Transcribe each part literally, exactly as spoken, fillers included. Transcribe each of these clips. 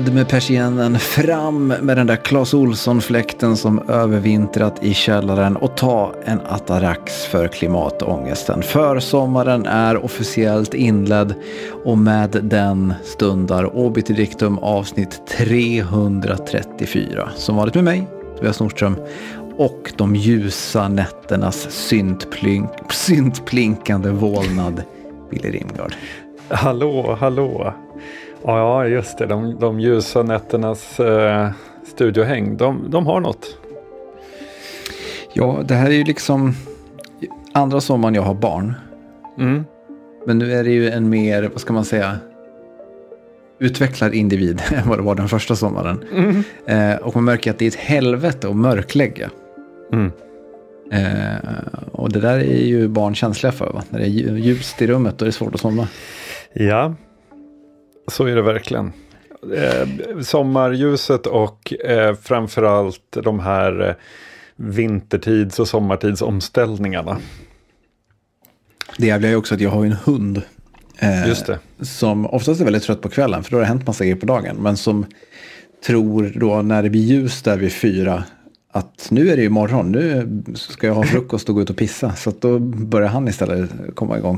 Ned med persiennen, fram med den där Clas Ohlson-fläkten som övervintrat i källaren och ta en atarax för klimatångesten. Försommaren är officiellt inledd och med den stundar Obiterdictum avsnitt trehundratrettiofyra. Som varit med mig, Tobias Nordström, och de ljusa nätternas syntplink, syntplinkande vålnad, Billy Rimgard. Hallå, hallå. Ja, just det. De, de ljusa nätternas eh, studiohäng, de, de har något. Ja, det här är ju liksom andra sommaren jag har barn. Mm. Men nu är det ju en mer, vad ska man säga, utvecklad individ än vad det var den första sommaren. Mm. Eh, och man märker att det är ett helvete att mörklägga. Mm. Eh, och det där är ju barn känsliga för, va? När det är ljust i rummet då är det svårt att somna. Ja, så är det verkligen. Eh, sommarljuset och eh, framförallt de här eh, vintertids- och sommartidsomställningarna. Det jävla är också att jag har en hund. Eh, Just det. Som oftast är väldigt trött på kvällen, för då har det hänt massa grejer på dagen. Men som tror då när det blir ljus där vid fyra att nu är det ju morgon, nu ska jag ha frukost och gå ut och pissa. Så att då börjar han istället komma igång.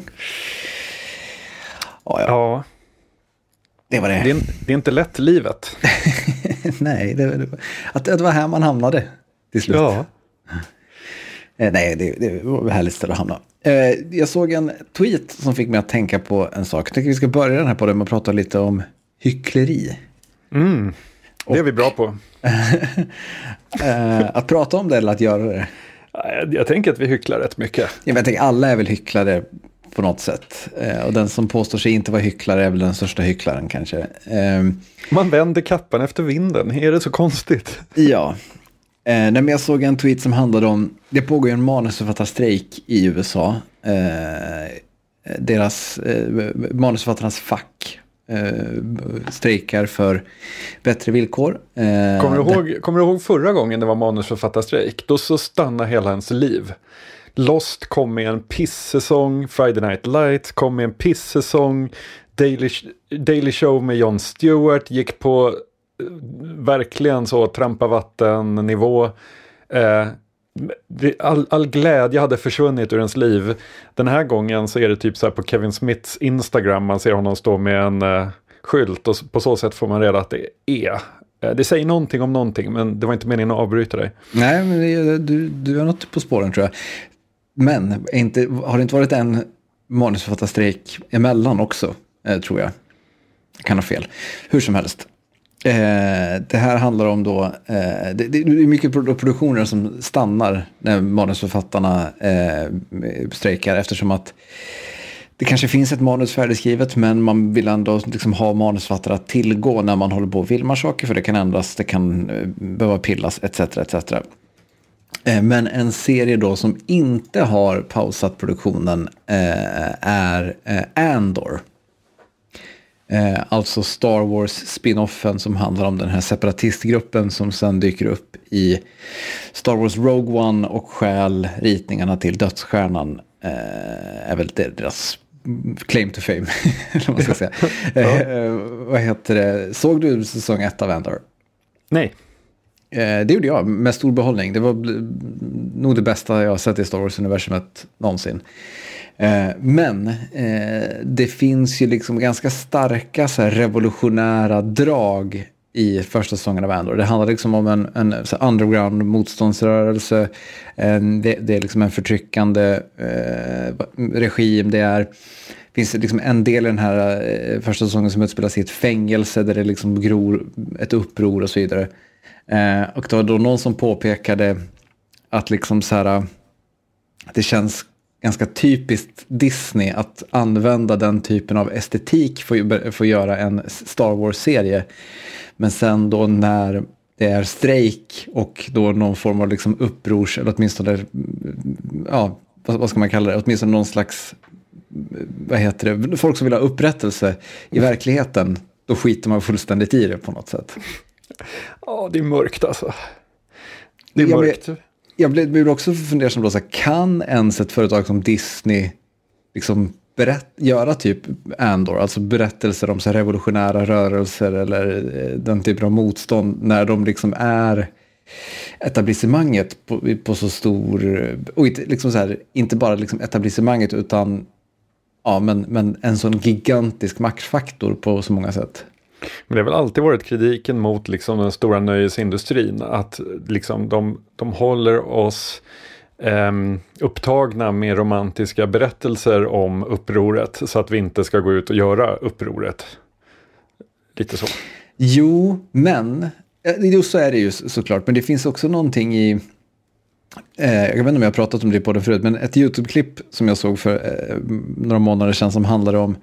Ja, ja. Ja. Det var det. Det är, det är inte lätt livet. Nej, det, det, att det var här man hamnade till slut. Ja. Eh, nej, det, det var ett härligt ställe att hamna. Eh, jag såg en tweet som fick mig att tänka på en sak. Jag tänker vi ska börja den här på det med att prata lite om hyckleri. Mm. Det är Och, vi bra på. eh, att prata om det eller att göra det? Jag, jag tänker att vi hycklar rätt mycket. Jag, jag tänker alla är väl hycklare på något sätt. Eh, och den som påstår sig inte vara hycklare är väl den största hycklaren kanske. Eh, Man vänder kappan efter vinden. Är det så konstigt? Ja. Eh, nej, men jag såg en tweet som handlade om, det pågår ju en manusförfattarstrejk i U S A. Eh, deras eh, manusförfattarnas fack eh, strejkar för bättre villkor. Eh, kommer, du ihåg, kommer du ihåg förra gången det var manusförfattarstrejk? Då så stannade hela ens liv. Lost kom med en pissäsong, Friday Night Lights kom med en pissäsong, Daily, Daily Show med Jon Stewart gick på eh, verkligen så trampa vatten nivå. Eh, all, all glädje hade försvunnit ur ens liv. Den här gången så är det typ så här på Kevin Smiths Instagram, man ser honom stå med en eh, skylt och på så sätt får man reda att det är. Det säger någonting om någonting, men det var inte meningen att avbryta dig. Nej, men det, du, du har något på spåren tror jag. Men inte, har det inte varit en manusförfattarstrejk emellan också, eh, tror jag. Jag kan ha fel. Hur som helst. Eh, det här handlar om då, eh, det, det är mycket produktioner som stannar när manusförfattarna eh, strejkar, eftersom att det kanske finns ett manus färdigskrivet, men man vill ändå liksom ha manusförfattare att tillgå när man håller på och filmar saker, för det kan ändras, det kan eh, behöva pillas, et cetera et cetera. Eh, men en serie då som inte har pausat produktionen eh, är eh, Andor. Eh, alltså Star Wars spin-offen som handlar om den här separatistgruppen som sen dyker upp i Star Wars Rogue One och stjäl ritningarna till Dödsstjärnan. Eh, är väl deras claim to fame, eller vad man ska säga. Eh, vad heter det? Såg du säsong ett av Andor? Nej. Eh, det gjorde jag med stor behållning. Det var bl- nog det bästa jag har sett i Star Wars-universumet någonsin. Eh, men eh, det finns ju liksom ganska starka så här, revolutionära drag i första säsongen av Andor. Det handlar liksom om en, en så här, underground motståndsrörelse. En, det, det är liksom en förtryckande eh, regim. Det är, finns liksom en del i den här eh, första säsongen som utspelas i ett fängelse där det liksom gror ett uppror och så vidare. Eh, och det var då någon som påpekade att liksom så här, det känns ganska typiskt Disney att använda den typen av estetik för, för att göra en Star Wars-serie. Men sen då när det är strejk och då någon form av liksom upprors, eller åtminstone, ja, vad, vad ska man kalla det? Åtminstone någon slags, vad heter det? Folk som vill ha upprättelse i verkligheten, då skiter man fullständigt i det på något sätt. Ja, det är mörkt alltså. Det är jag mörkt. Blev, jag blev också fundersam då, så här, kan ens ett företag som Disney liksom berätt, göra typ Andor, alltså berättelser om så här revolutionära rörelser eller den typen av motstånd när de liksom är etablissemanget på, på så stor, och inte, liksom så här, inte bara liksom etablissemanget utan ja, men, men en sån gigantisk maktfaktor på så många sätt. Men det har väl alltid varit kritiken mot liksom den stora nöjesindustrin, att liksom de, de håller oss eh, upptagna med romantiska berättelser om upproret så att vi inte ska gå ut och göra upproret. Lite så. Jo, men just så är det ju såklart, men det finns också någonting i eh, jag vet inte om jag har pratat om det på den förut, men ett YouTube-klipp som jag såg för eh, några månader sedan som handlade om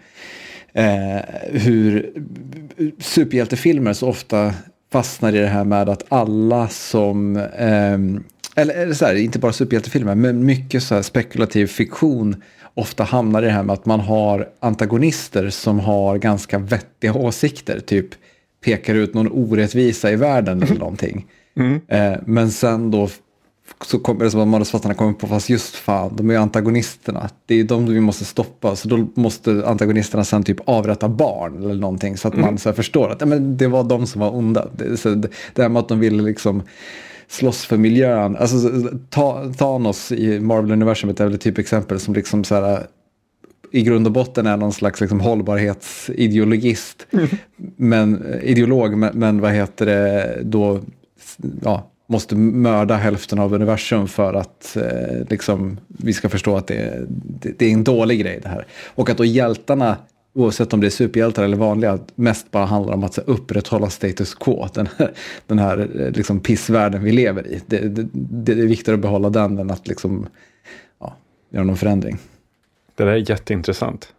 Eh, hur superhjältefilmer så ofta fastnar i det här med att alla som eh, eller, eller så här, inte bara superhjältefilmer men mycket så här spekulativ fiktion ofta hamnar i det här med att man har antagonister som har ganska vettiga åsikter, typ pekar ut någon orättvisa i världen eller någonting. Mm. Eh, men sen då så kommer det som att manusförfattarna kommer på, fast just fan, de är antagonisterna. Det är de vi måste stoppa, så då måste antagonisterna sen typ avrätta barn eller någonting, så att mm. man så här förstår att ja, men det var de som var onda. Det, så det, det här med att de ville liksom slåss för miljön. Alltså ta, Thanos i Marvel-universumet är väl ett typ exempel som liksom så här i grund och botten är någon slags liksom hållbarhetsideologist. Mm. Men, ideolog, men, men vad heter det då, ja, måste mörda hälften av universum för att eh, liksom, vi ska förstå att det, det, det är en dålig grej det här. Och att då hjältarna, oavsett om det är superhjältar eller vanliga, mest bara handlar om att så, upprätthålla status quo. Den här, den här liksom, pissvärlden vi lever i. Det, det, det är viktigare att behålla den än att liksom, ja, göra någon förändring. Det där är jätteintressant.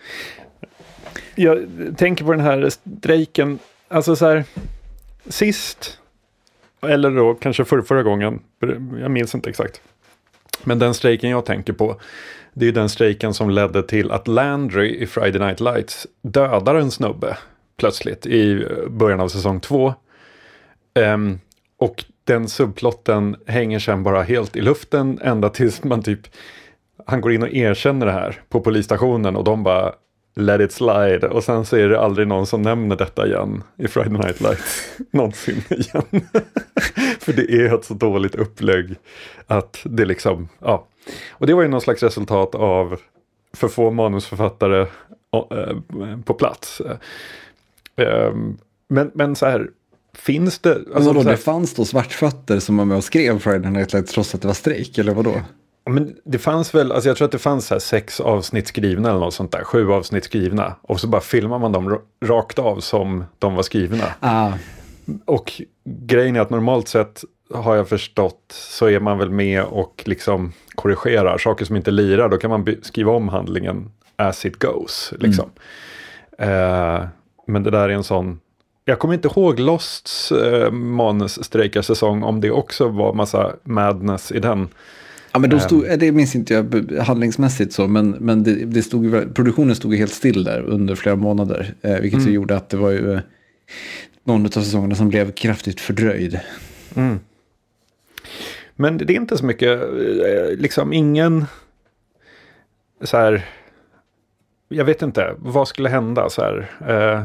Jag tänker på den här strejken. Alltså så här, sist... Eller då kanske för, förra gången, jag minns inte exakt. Men den strejken jag tänker på, det är ju den strejken som ledde till att Landry i Friday Night Lights dödar en snubbe plötsligt i början av säsong två. Um, och den subplotten hänger sen bara helt i luften ända tills man typ, han går in och erkänner det här på polisstationen och de bara let it slide, och sen så är det aldrig någon som nämner detta igen i Friday Night Lights någonsin igen. För det är ett så dåligt upplägg att det liksom, ja. Och det var ju någon slags resultat av för få manusförfattare äh, på plats. Äh, men, men så här, finns det... Alltså, vadå, det fanns då svartfötter som var med och skrev Friday Night Lights trots att det var strejk, eller vadå? Men det fanns väl, alltså jag tror att det fanns så här sex avsnitt skrivna eller något sånt där, sju avsnitt skrivna, och så bara filmar man dem rakt av som de var skrivna. Ah. Och grejen är att normalt sett, har jag förstått, så är man väl med och liksom korrigerar saker som inte lirar, då kan man skriva om handlingen as it goes liksom. Mm. Eh, men det där är en sån, jag kommer inte ihåg Losts eh, manusstrejkarsäsong, om det också var massa madness i den. Ja, men de stod, det minns inte jag handlingsmässigt så, men, men det, det stod, produktionen stod helt still där under flera månader, eh, vilket mm. så gjorde att det var ju eh, någon av säsongerna som blev kraftigt fördröjd. Mm. Men det är inte så mycket, eh, liksom ingen så här, jag vet inte, vad skulle hända så här, eh,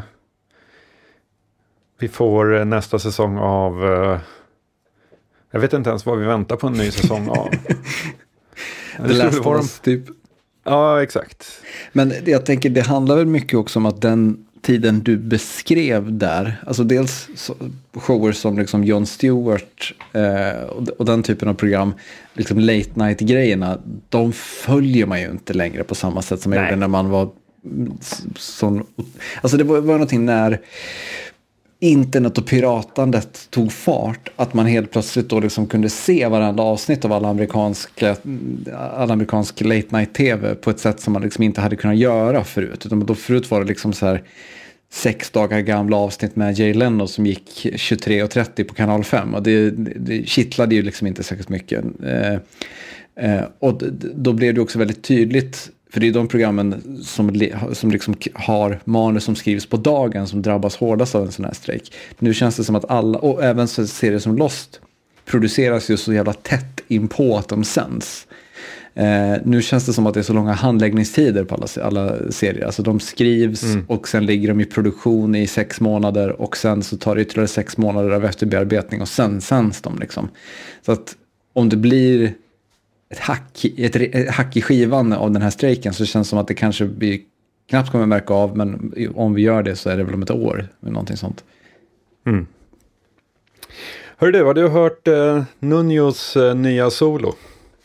vi får nästa säsong av eh, jag vet inte ens vad vi väntar på en ny säsong av. Det Last of Us typ. Ja, exakt. Men jag tänker, det handlar väl mycket också om att den tiden du beskrev där, alltså dels shower som liksom Jon Stewart eh, och, och den typen av program, liksom late night-grejerna, de följer man ju inte längre på samma sätt som man gjorde när man var sån, alltså det var, var någonting när internet och piratandet tog fart, att man helt plötsligt då liksom kunde se varandra avsnitt av alla amerikanska alla amerikansk late night tv på ett sätt som man liksom inte hade kunnat göra förut, utan då förut var det liksom så här sex dagar gamla avsnitt med Jay Leno som gick tjugotre och trettio på kanal fem, och det, det kittlade ju liksom inte särskilt mycket eh, eh, och d- då blev det också väldigt tydligt. För det är de programmen som, som liksom har manus som skrivs på dagen som drabbas hårdast av en sån här strejk. Nu känns det som att alla, och även så serier som Lost, produceras ju så jävla tätt in på att de sänds. Eh, nu känns det som att det är så långa handläggningstider på alla, alla serier. Alltså de skrivs mm. och sen ligger de i produktion i sex månader och sen så tar det ytterligare sex månader av efterbearbetning och sen sänds de liksom. Så att om det blir ett hack, ett, ett hack i skivan av den här strejken så känns det som att det kanske vi knappt kommer märka av, men om vi gör det så är det väl om ett år eller någonting sånt. Mm. Hör du, har du hört uh, Nunos uh, nya solo?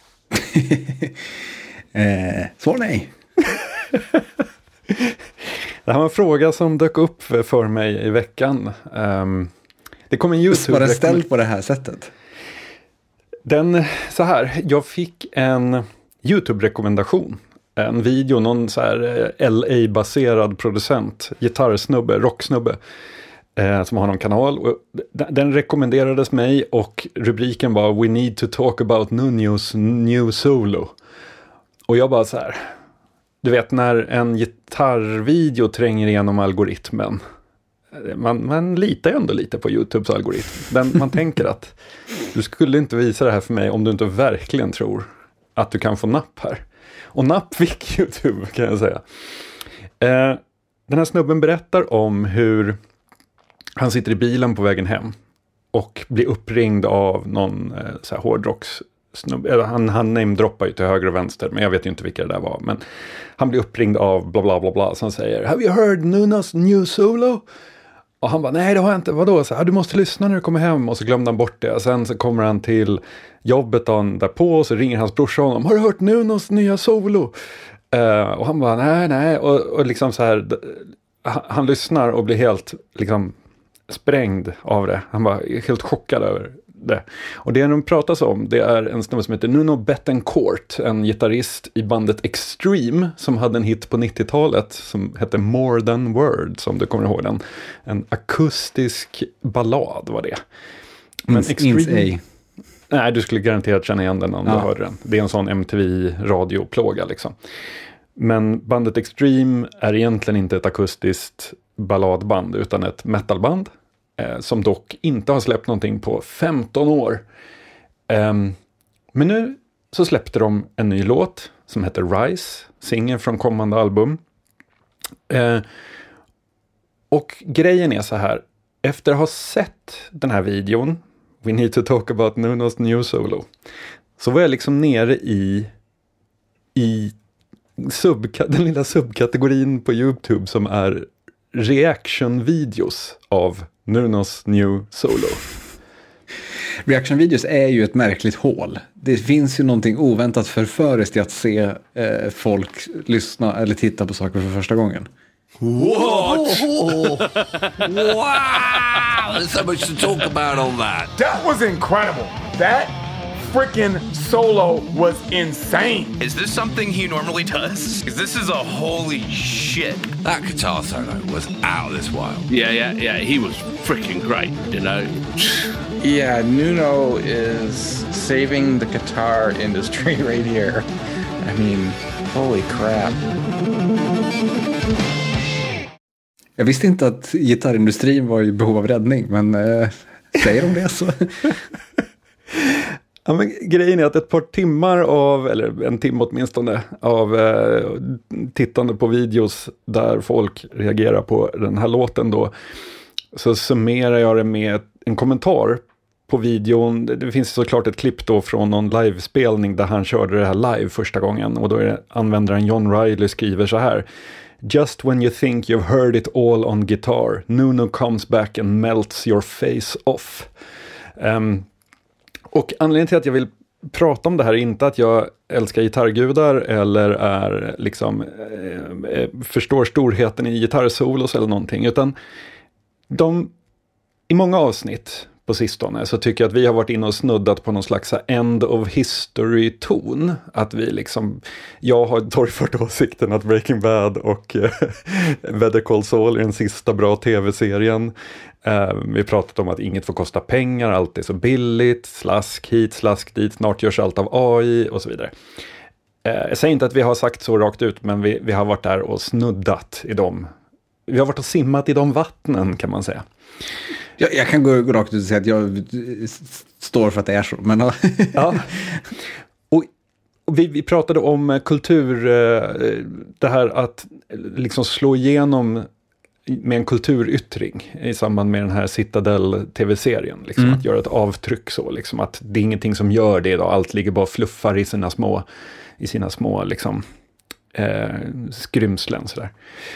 eh, svar nej. Det här var en fråga som dök upp för mig i veckan. Um, det kom en YouTube... Var den ställd på det här sättet? Den, så här, jag fick en YouTube-rekommendation. En video, någon så här L A-baserad producent, gitarrsnubbe, rocksnubbe. Eh, som har någon kanal. Och den, den rekommenderades mig och rubriken var We need to talk about Nuno's new solo. Och jag bara så här, du vet när en gitarrvideo tränger igenom algoritmen. Man, man litar ju ändå lite på YouTubes algoritm. Den, man tänker att du skulle inte visa det här för mig om du inte verkligen tror att du kan få napp här. Och napp fick YouTube kan jag säga. Eh, den här snubben berättar om hur han sitter i bilen på vägen hem och blir uppringd av någon eh, så här hårdrockssnubbe. Han, han namedroppar ju till höger och vänster, men jag vet ju inte vilka det där var. Men han blir uppringd av bla bla bla bla som säger Have you heard Nuno's new solo? Och han bara, nej det har jag inte. Vadå? Så här, du måste lyssna när du kommer hem. Och så glömde han bort det. Och sen så kommer han till jobbet dagen därpå. Och så ringer hans brorsa honom. Har du hört Nunos nya solo? Uh, och han bara, nej, nej. Och, och liksom så här. Han, han lyssnar och blir helt liksom sprängd av det. Han var helt chockad över det. Och det de pratar om, det är en snubbe som heter Nuno Bettencourt, en gitarrist i bandet Extreme som hade en hit på nittiotalet som hette More Than Words, om du kommer ihåg den. En akustisk ballad var det. Men Ins, Extreme... ins Nej, du skulle garanterat känna igen den om ja. du hörde den. Det är en sån M T V-radioplåga liksom. Men bandet Extreme är egentligen inte ett akustiskt balladband utan ett metalband. Eh, som dock inte har släppt någonting på femton år. Eh, men nu så släppte de en ny låt som heter Rise. Singeln från kommande album. Eh, och grejen är så här. Efter att ha sett den här videon We need to talk about Nuno's new solo. Så var jag liksom nere i i subka- den lilla subkategorin på YouTube som är reaction-videos av Nuno's new solo. Reaction-videos är ju ett märkligt hål. Det finns ju någonting oväntat förföriskt i att se eh, folk lyssna eller titta på saker för första gången. What? Wow! There's so much to talk about on that. That was incredible. That freaking solo was insane. Is this something he normally does? Because this is a holy shit. That guitar solo was out of this wild. Yeah, yeah, yeah. He was freaking great, you know. Yeah, Nuno is saving the guitar industry right here. I mean, holy crap. Jag visste inte att gitarrindustrin var i behov av räddning, men eh, säger de det så? Ja, men grejen är att ett par timmar av, eller en timme åtminstone, av eh, tittande på videos där folk reagerar på den här låten då, så summerar jag det med en kommentar på videon. Det finns såklart ett klipp då från någon livespelning där han körde det här live första gången, och då är det användaren John Riley skriver så här: Just when you think you've heard it all on guitar, Nuno comes back and melts your face off. Um, och anledningen till att jag vill prata om det här är inte att jag älskar gitarrgudar eller är liksom eh, förstår storheten i gitarrsolos eller någonting, utan de i många avsnitt på sistone så tycker jag att vi har varit inne och snuddat på någon slags end of history-ton. Att vi liksom, jag har torgfört åsikten att Breaking Bad och uh, Better Call Saul är den sista bra tv-serien. Uh, vi har pratat om att inget får kosta pengar, allt är så billigt, slask hit, slask dit, snart görs allt av A I och så vidare. Uh, jag säger inte att vi har sagt så rakt ut, men vi, vi har varit där och snuddat i dem. Vi har varit och simmat i de vattnen, kan man säga. Jag, jag kan gå, gå rakt ut och säga att jag står för att det är så. Men... ja. Och, vi, vi pratade om kultur, det här att liksom slå igenom med en kulturyttring i samband med den här Citadel-tv-serien. Liksom, mm. Att göra ett avtryck så. Liksom, att det är ingenting som gör det idag. Allt ligger bara och fluffar i sina små, i sina små liksom, eh, skrymslen. Sådär.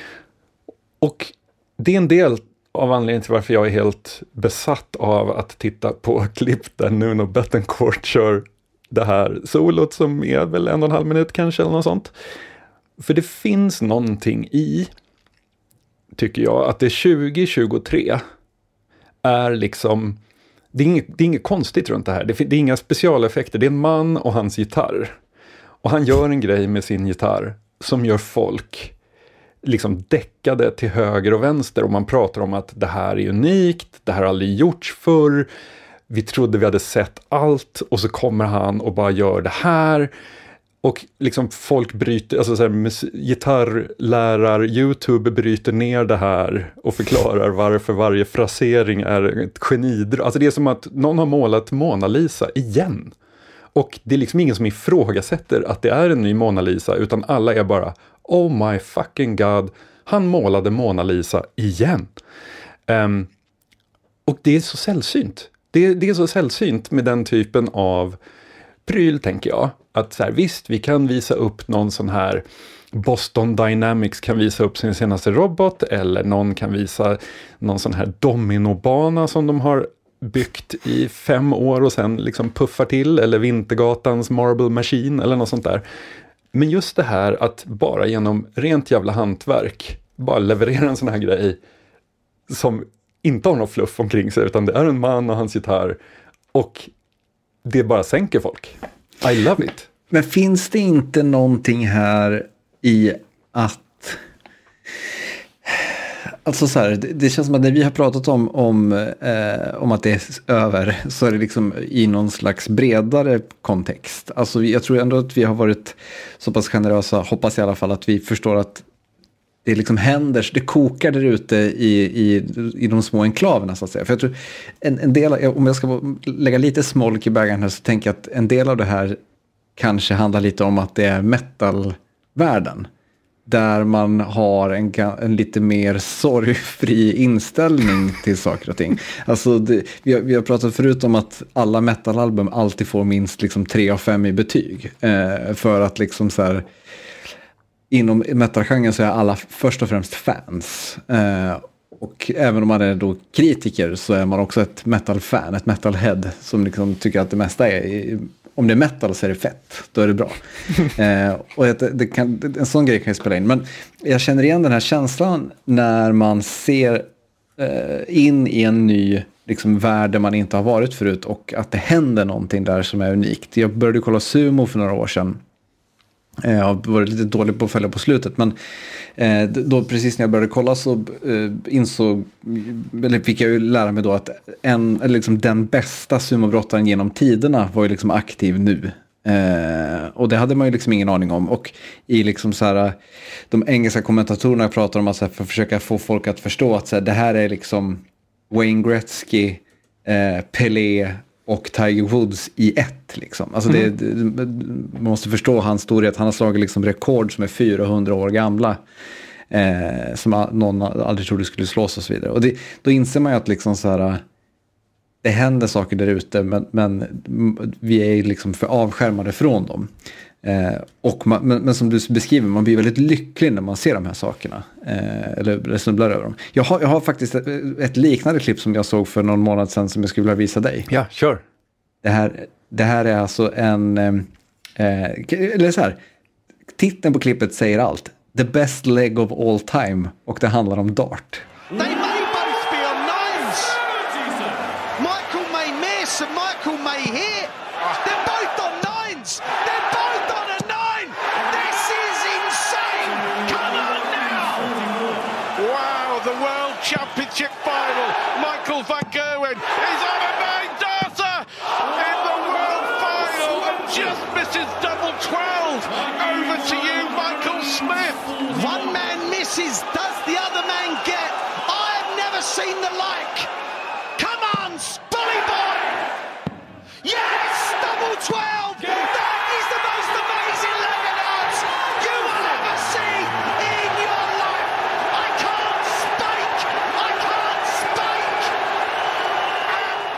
Och det är en del av anledningen till varför jag är helt besatt av att titta på klipp där Nuno Bettencourt kör det här solot som är väl en och en halv minut kanske eller något sånt. För det finns någonting i, tycker jag, att det tjugo tjugotre är liksom, det är inget, det är inget konstigt runt det här. Det, det är inga specialeffekter. Det är en man och hans gitarr. Och han gör en grej med sin gitarr som gör folk liksom däckade till höger och vänster. Och man pratar om att det här är unikt. Det här har aldrig gjorts förr. Vi trodde vi hade sett allt. Och så kommer han och bara gör det här. Och liksom folk bryter, alltså så här, mus- gitarrlärar, YouTube bryter ner det här och förklarar varför varje frasering är ett genidrag. Alltså det är som att någon har målat Mona Lisa igen. Och det är liksom ingen som ifrågasätter att det är en ny Mona Lisa, utan alla är bara, oh my fucking god, han målade Mona Lisa igen. Um, och det är så sällsynt. Det, det är så sällsynt med den typen av pryl, tänker jag. Att så här, visst, vi kan visa upp någon sån här, Boston Dynamics kan visa upp sin senaste robot, eller någon kan visa någon sån här dominobana som de har byggt i fem år och sen liksom puffar till, eller Vintergatans Marble Machine eller något sånt där. Men just det här att bara genom rent jävla hantverk bara leverera en sån här grej som inte har någon fluff omkring sig, utan det är en man och hans gitarr och det bara sänker folk. I love it. Men finns det inte någonting här i att, alltså så här, det, det känns som att när vi har pratat om om, eh, om att det är över, så är det liksom i någon slags bredare kontext. Alltså jag tror ändå att vi har varit så pass generösa, hoppas i alla fall, att vi förstår att det liksom händer, det kokar där ute i, i, i de små enklaverna, så att säga. För jag tror en, en del, om jag ska lägga lite smolk i bägaren här, så tänker jag att en del av det här kanske handlar lite om att det är metalvärlden. Där man har en, en lite mer sorgfri inställning till saker och ting. Alltså det, vi, har, vi har pratat förut om att alla metalalbum alltid får minst liksom tre av fem i betyg. Eh, för att liksom så här, inom metalgenren så är alla först och främst fans. Eh, och även om man är då kritiker så är man också ett metalfan, ett metalhead som liksom tycker att det mesta är, om det är metal så är det fett, då är det bra. eh, och det, det kan, en sån grej kan jag spela in. Men jag känner igen den här känslan när man ser eh, in i en ny liksom, värld där man inte har varit förut och att det händer någonting där som är unikt. Jag började kolla sumo för några år sedan. Jag har varit lite dålig på att följa på slutet, men eh, då precis när jag började kolla så eh, insåg, eller fick jag ju lära mig då att en, eller liksom den bästa sumobrottaren genom tiderna var ju liksom aktiv nu. Eh, och det hade man ju liksom ingen aning om. Och i liksom så här, de engelska kommentatorerna pratar om att så här, för att försöka få folk att förstå att så här, det här är liksom Wayne Gretzky, eh, Pelé och Tiger Woods i ett liksom. Alltså mm. det, det, man måste förstå hans storhet. Han har slagit liksom rekord som är fyrahundra år gamla. Eh, som någon aldrig trodde skulle slås och så vidare. Och det, då inser man ju att liksom så här, det händer saker där ute, men, men vi är liksom för avskärmade från dem. Eh, och man, men, men som du beskriver, man blir väldigt lycklig när man ser de här sakerna. Eh, eller resonerar över dem. Jag har, jag har faktiskt ett, ett liknande klipp som jag såg för någon månad sedan som jag skulle vilja visa dig. Ja, kör. Det här, det här är alltså en... Eh, eller så här, titeln på klippet säger allt. The best leg of all time. Och det handlar om dart. They may both be on nines. Michael may miss and Michael may hit. They're both on nines. They're both on a nine. This is insane. Come on now. Wow, the World Championship final. Michael van Gerwen is on a nine darter in the World final and just misses double twelve. Over to you, Michael Smith. One man misses, does the other man get? I've never seen the like. Come on, Spolly boy. Yes, double twelve. That is the most amazing.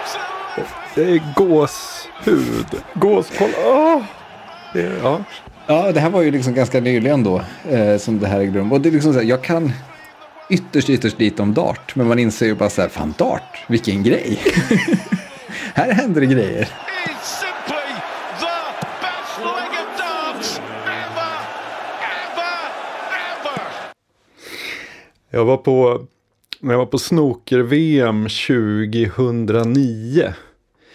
Det är gåshud. Gåskoll. Åh! Det är, ja. Ja, det här var ju liksom ganska nyligen då eh, som det här ägde rum. Och det är liksom så här, jag kan ytterst, ytterst lite om dart. Men man inser ju bara så här, fan dart, vilken grej. Här händer det grejer. Jag var på, när jag var på snooker-V M tjugohundranio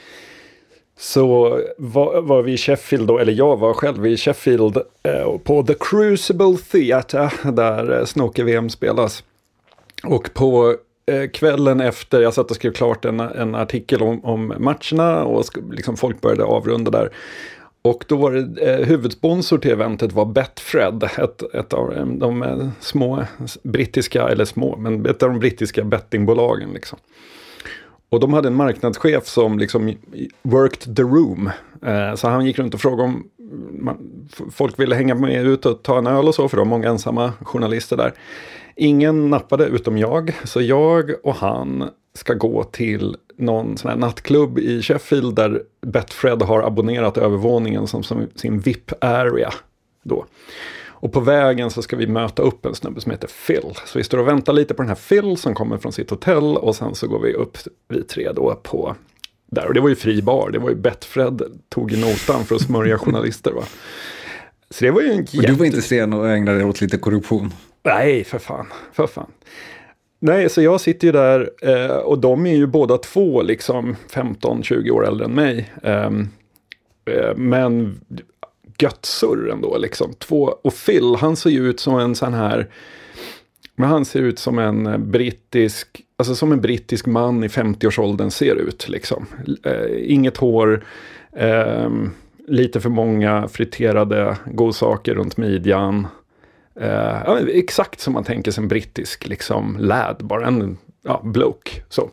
så var, var vi i Sheffield då, eller jag var själv i Sheffield eh, på The Crucible Theatre där eh, snooker-V M spelas. Och på eh, kvällen efter, jag satt och skrev klart en, en artikel om, om matcherna och sk- liksom folk började avrunda där. Och då var det eh, huvudsponsor till eventet var Betfred, ett, ett av de, de eh, små brittiska, eller små, men ett av de brittiska bettingbolagen liksom. Och de hade en marknadschef som liksom worked the room. Eh, så han gick runt och frågade om man, folk ville hänga med ut och ta en öl och så, för det var många ensamma journalister där. Ingen nappade utom jag, så jag och han ska gå till någon sån här nattklubb i Sheffield där Betfred har abonnerat övervåningen som, som sin V I P-area då. Och på vägen så ska vi möta upp en snubbe som heter Phil. Så vi står och väntar lite på den här Phil som kommer från sitt hotell. Och sen så går vi upp, vi tre då, på där. Och det var ju fri bar. Det var ju Betfred tog i notan för att smörja journalister, va. Så det var ju en jätte... Och du var inte sen och ägnade dig åt lite korruption? Nej, för fan. För fan. Nej, så jag sitter ju där eh, och de är ju båda två liksom femton tjugo år äldre än mig. Eh, eh, men... göttsur ändå liksom. Två, och Phil, han ser ju ut som en sån här, men han ser ut som en brittisk, alltså som en brittisk man i femtio-årsåldern ser ut liksom. Eh, inget hår, eh, lite för många friterade godsaker runt midjan. Eh, ja, exakt som man tänker sig en brittisk liksom lad, bara en ja, bloke så.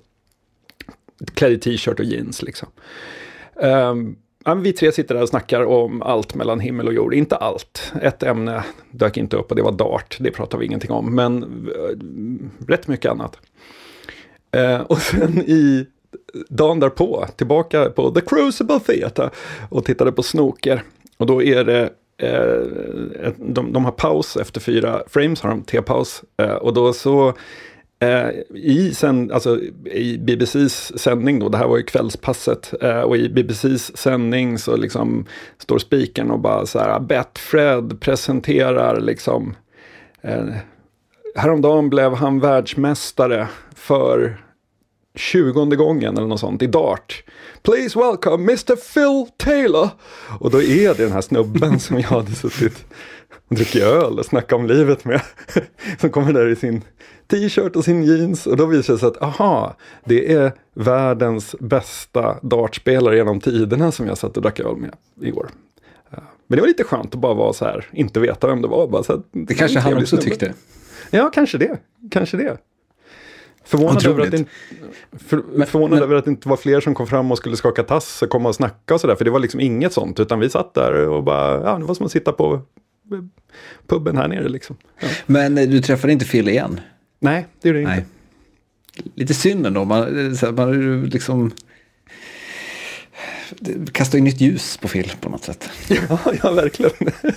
Klädd i t-shirt och jeans liksom. Eh, Ja, vi tre sitter där och snackar om allt mellan himmel och jord. Inte allt. Ett ämne dök inte upp och det var dart. Det pratar vi ingenting om. Men äh, rätt mycket annat. Eh, och sen i dagen därpå, tillbaka på The Crucible Theatre och tittade på snooker. Och då är det, eh, de, de har paus efter fyra frames, har de te-paus. Eh, och då så... Eh, i, sen, alltså, i B B C:s sändning då, det här var ju kvällspasset, eh, och i B B C:s sändning så liksom står speakern och bara så här, Betfred presenterar liksom eh, häromdagen blev han världsmästare för tjugonde gången eller något sånt i dart. Please welcome mister Phil Taylor. Och då är det den här snubben som jag hade suttit och druckit öl och snackat om livet med, som kommer där i sin t-shirt och sin jeans, och då visar det sig att aha, det är världens bästa dartspelare genom tiderna som jag satt och drack öl med igår. Men det var lite skönt att bara vara så här, inte veta vem det var. Bara så här, det kanske han också tyckte. Ja, kanske det. Kanske det. Förvånad över att det, för, men, förvånad men, över att det inte var fler som kom fram och skulle skaka tass och komma och snacka och sådär. För det var liksom inget sånt, utan vi satt där och bara, ja, det var som att sitta på pubben här nere liksom. Ja. Men du träffade inte Phil igen? Nej, det gjorde jag inte. Lite synd ändå. Man, så här, man liksom kastar ju nytt ljus på Phil på något sätt. Ja, ja verkligen.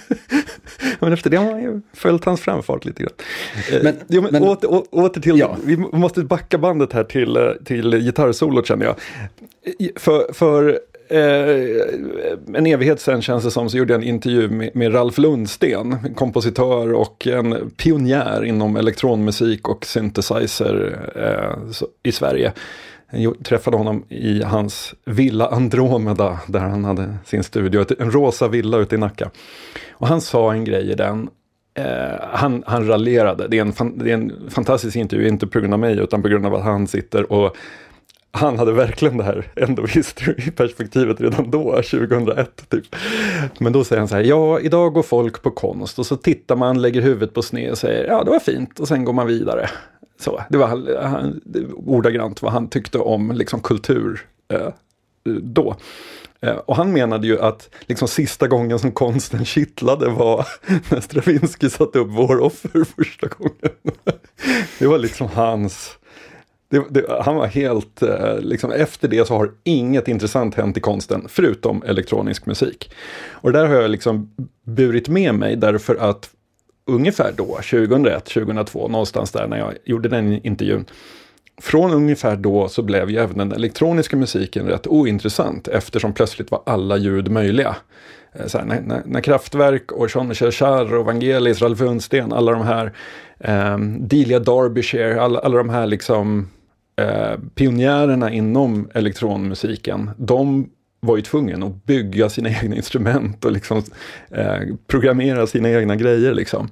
Men efter det har man ju följt hans framfart lite grann. Men, jo, men, men åter, å, åter till, ja. Vi måste backa bandet här till, till gitarrsolot känner jag. För, för eh, en evighet sedan känns det som, så gjorde jag en intervju med, med Ralf Lundsten, kompositör och en pionjär inom elektronmusik och synthesizer eh, så, i Sverige. Jag träffade honom i hans villa Andromeda där han hade sin studio, en rosa villa ute i Nacka. Och han sa en grej i den, eh, han, han raljerade, det är, en fan, det är en fantastisk intervju, inte på grund av mig utan på grund av att han sitter och han hade verkligen det här end of history-perspektivet redan då, tjugohundraett typ. Men då säger han så här, ja, idag går folk på konst och så tittar man, lägger huvudet på sned och säger, ja, det var fint, och sen går man vidare. Så, det var han, det, ordagrant vad han tyckte om liksom, kultur eh, då. Eh, och han menade ju att liksom, sista gången som konsten kittlade var när Stravinsky satte upp Vår offer första gången. Det var liksom hans Det, det, han var helt, eh, liksom efter det så har inget intressant hänt i konsten förutom elektronisk musik. Och där har jag liksom burit med mig därför att ungefär då, tjugohundraett tjugohundratvå, någonstans där när jag gjorde den intervjun, från ungefär då så blev ju även den elektroniska musiken rätt ointressant eftersom plötsligt var alla ljud möjliga. Så här, när, när, när Kraftwerk och Jean-Michel Jarre och Vangelis, Ralf Unsten, alla de här eh, Delia Derbyshire, alla, alla de här liksom eh, pionjärerna inom elektronmusiken, de var ju tvungen att bygga sina egna instrument och liksom eh, programmera sina egna grejer liksom.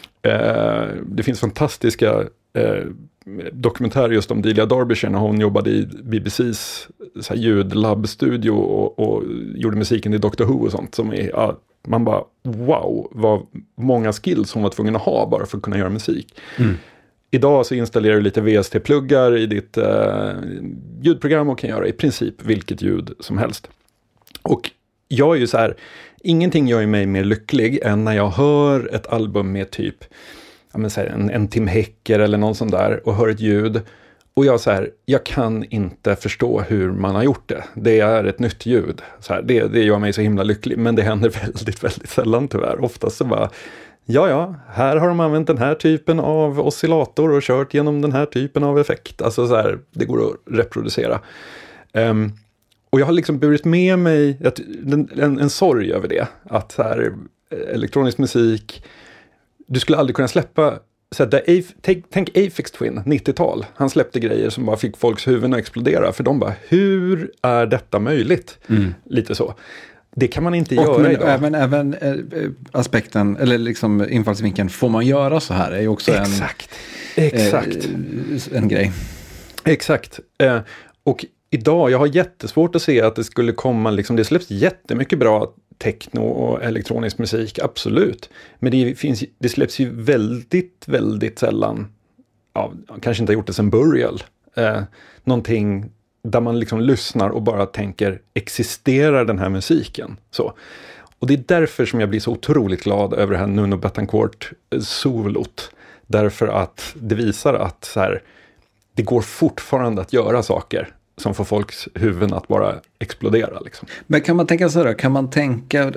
Eh, det finns fantastiska eh, dokumentär just om Delia Derbyshire när hon jobbade i B B C:s så här, ljudlabbstudio och, och gjorde musiken i Doctor Who och sånt som är, ja, man bara wow, vad många skills hon var tvungen att ha bara för att kunna göra musik. Mm. Idag så installerar du lite V S T-pluggar i ditt eh, ljudprogram och kan göra i princip vilket ljud som helst. Och jag är ju så här, ingenting gör ju mig mer lycklig än när jag hör ett album med typ ja, men så här, en, en Tim Hecker eller någon sån där och hör ett ljud och jag så här, jag kan inte förstå hur man har gjort det. Det är ett nytt ljud. Så här, det, det gör mig så himla lycklig, men det händer väldigt, väldigt sällan tyvärr. Oftast så bara, ja ja, här har de använt den här typen av oscillator och kört genom den här typen av effekt. Alltså så här, det går att reproducera. Um, och jag har liksom burit med mig ett, en, en, en sorg över det. Att så här, elektronisk musik, du skulle aldrig kunna släppa så här, där, tänk, tänk Aphex Twin, nittiotal. Han släppte grejer som bara fick folks huvuden att explodera. För de bara, hur är detta möjligt? Mm. Lite så. Det kan man inte och göra men, idag. Även, även äh, aspekten, eller liksom infallsvinkeln, får man göra så här? Är ju också Exakt. en, Exakt. Äh, en grej. Exakt. Eh, och idag, jag har jättesvårt att se att det skulle komma, liksom, det släpps jättemycket bra techno och elektronisk musik, absolut. Men det, finns, det släpps ju väldigt, väldigt sällan, ja, kanske inte har gjort det sedan Burial, eh, någonting där man liksom lyssnar och bara tänker, existerar den här musiken? Så. Och det är därför som jag blir så otroligt glad över det här Nuno Bettencourt solot. Därför att det visar att så här, det går fortfarande att göra saker som får folks huvuden att bara explodera. Liksom. Men kan man tänka så här, kan man tänka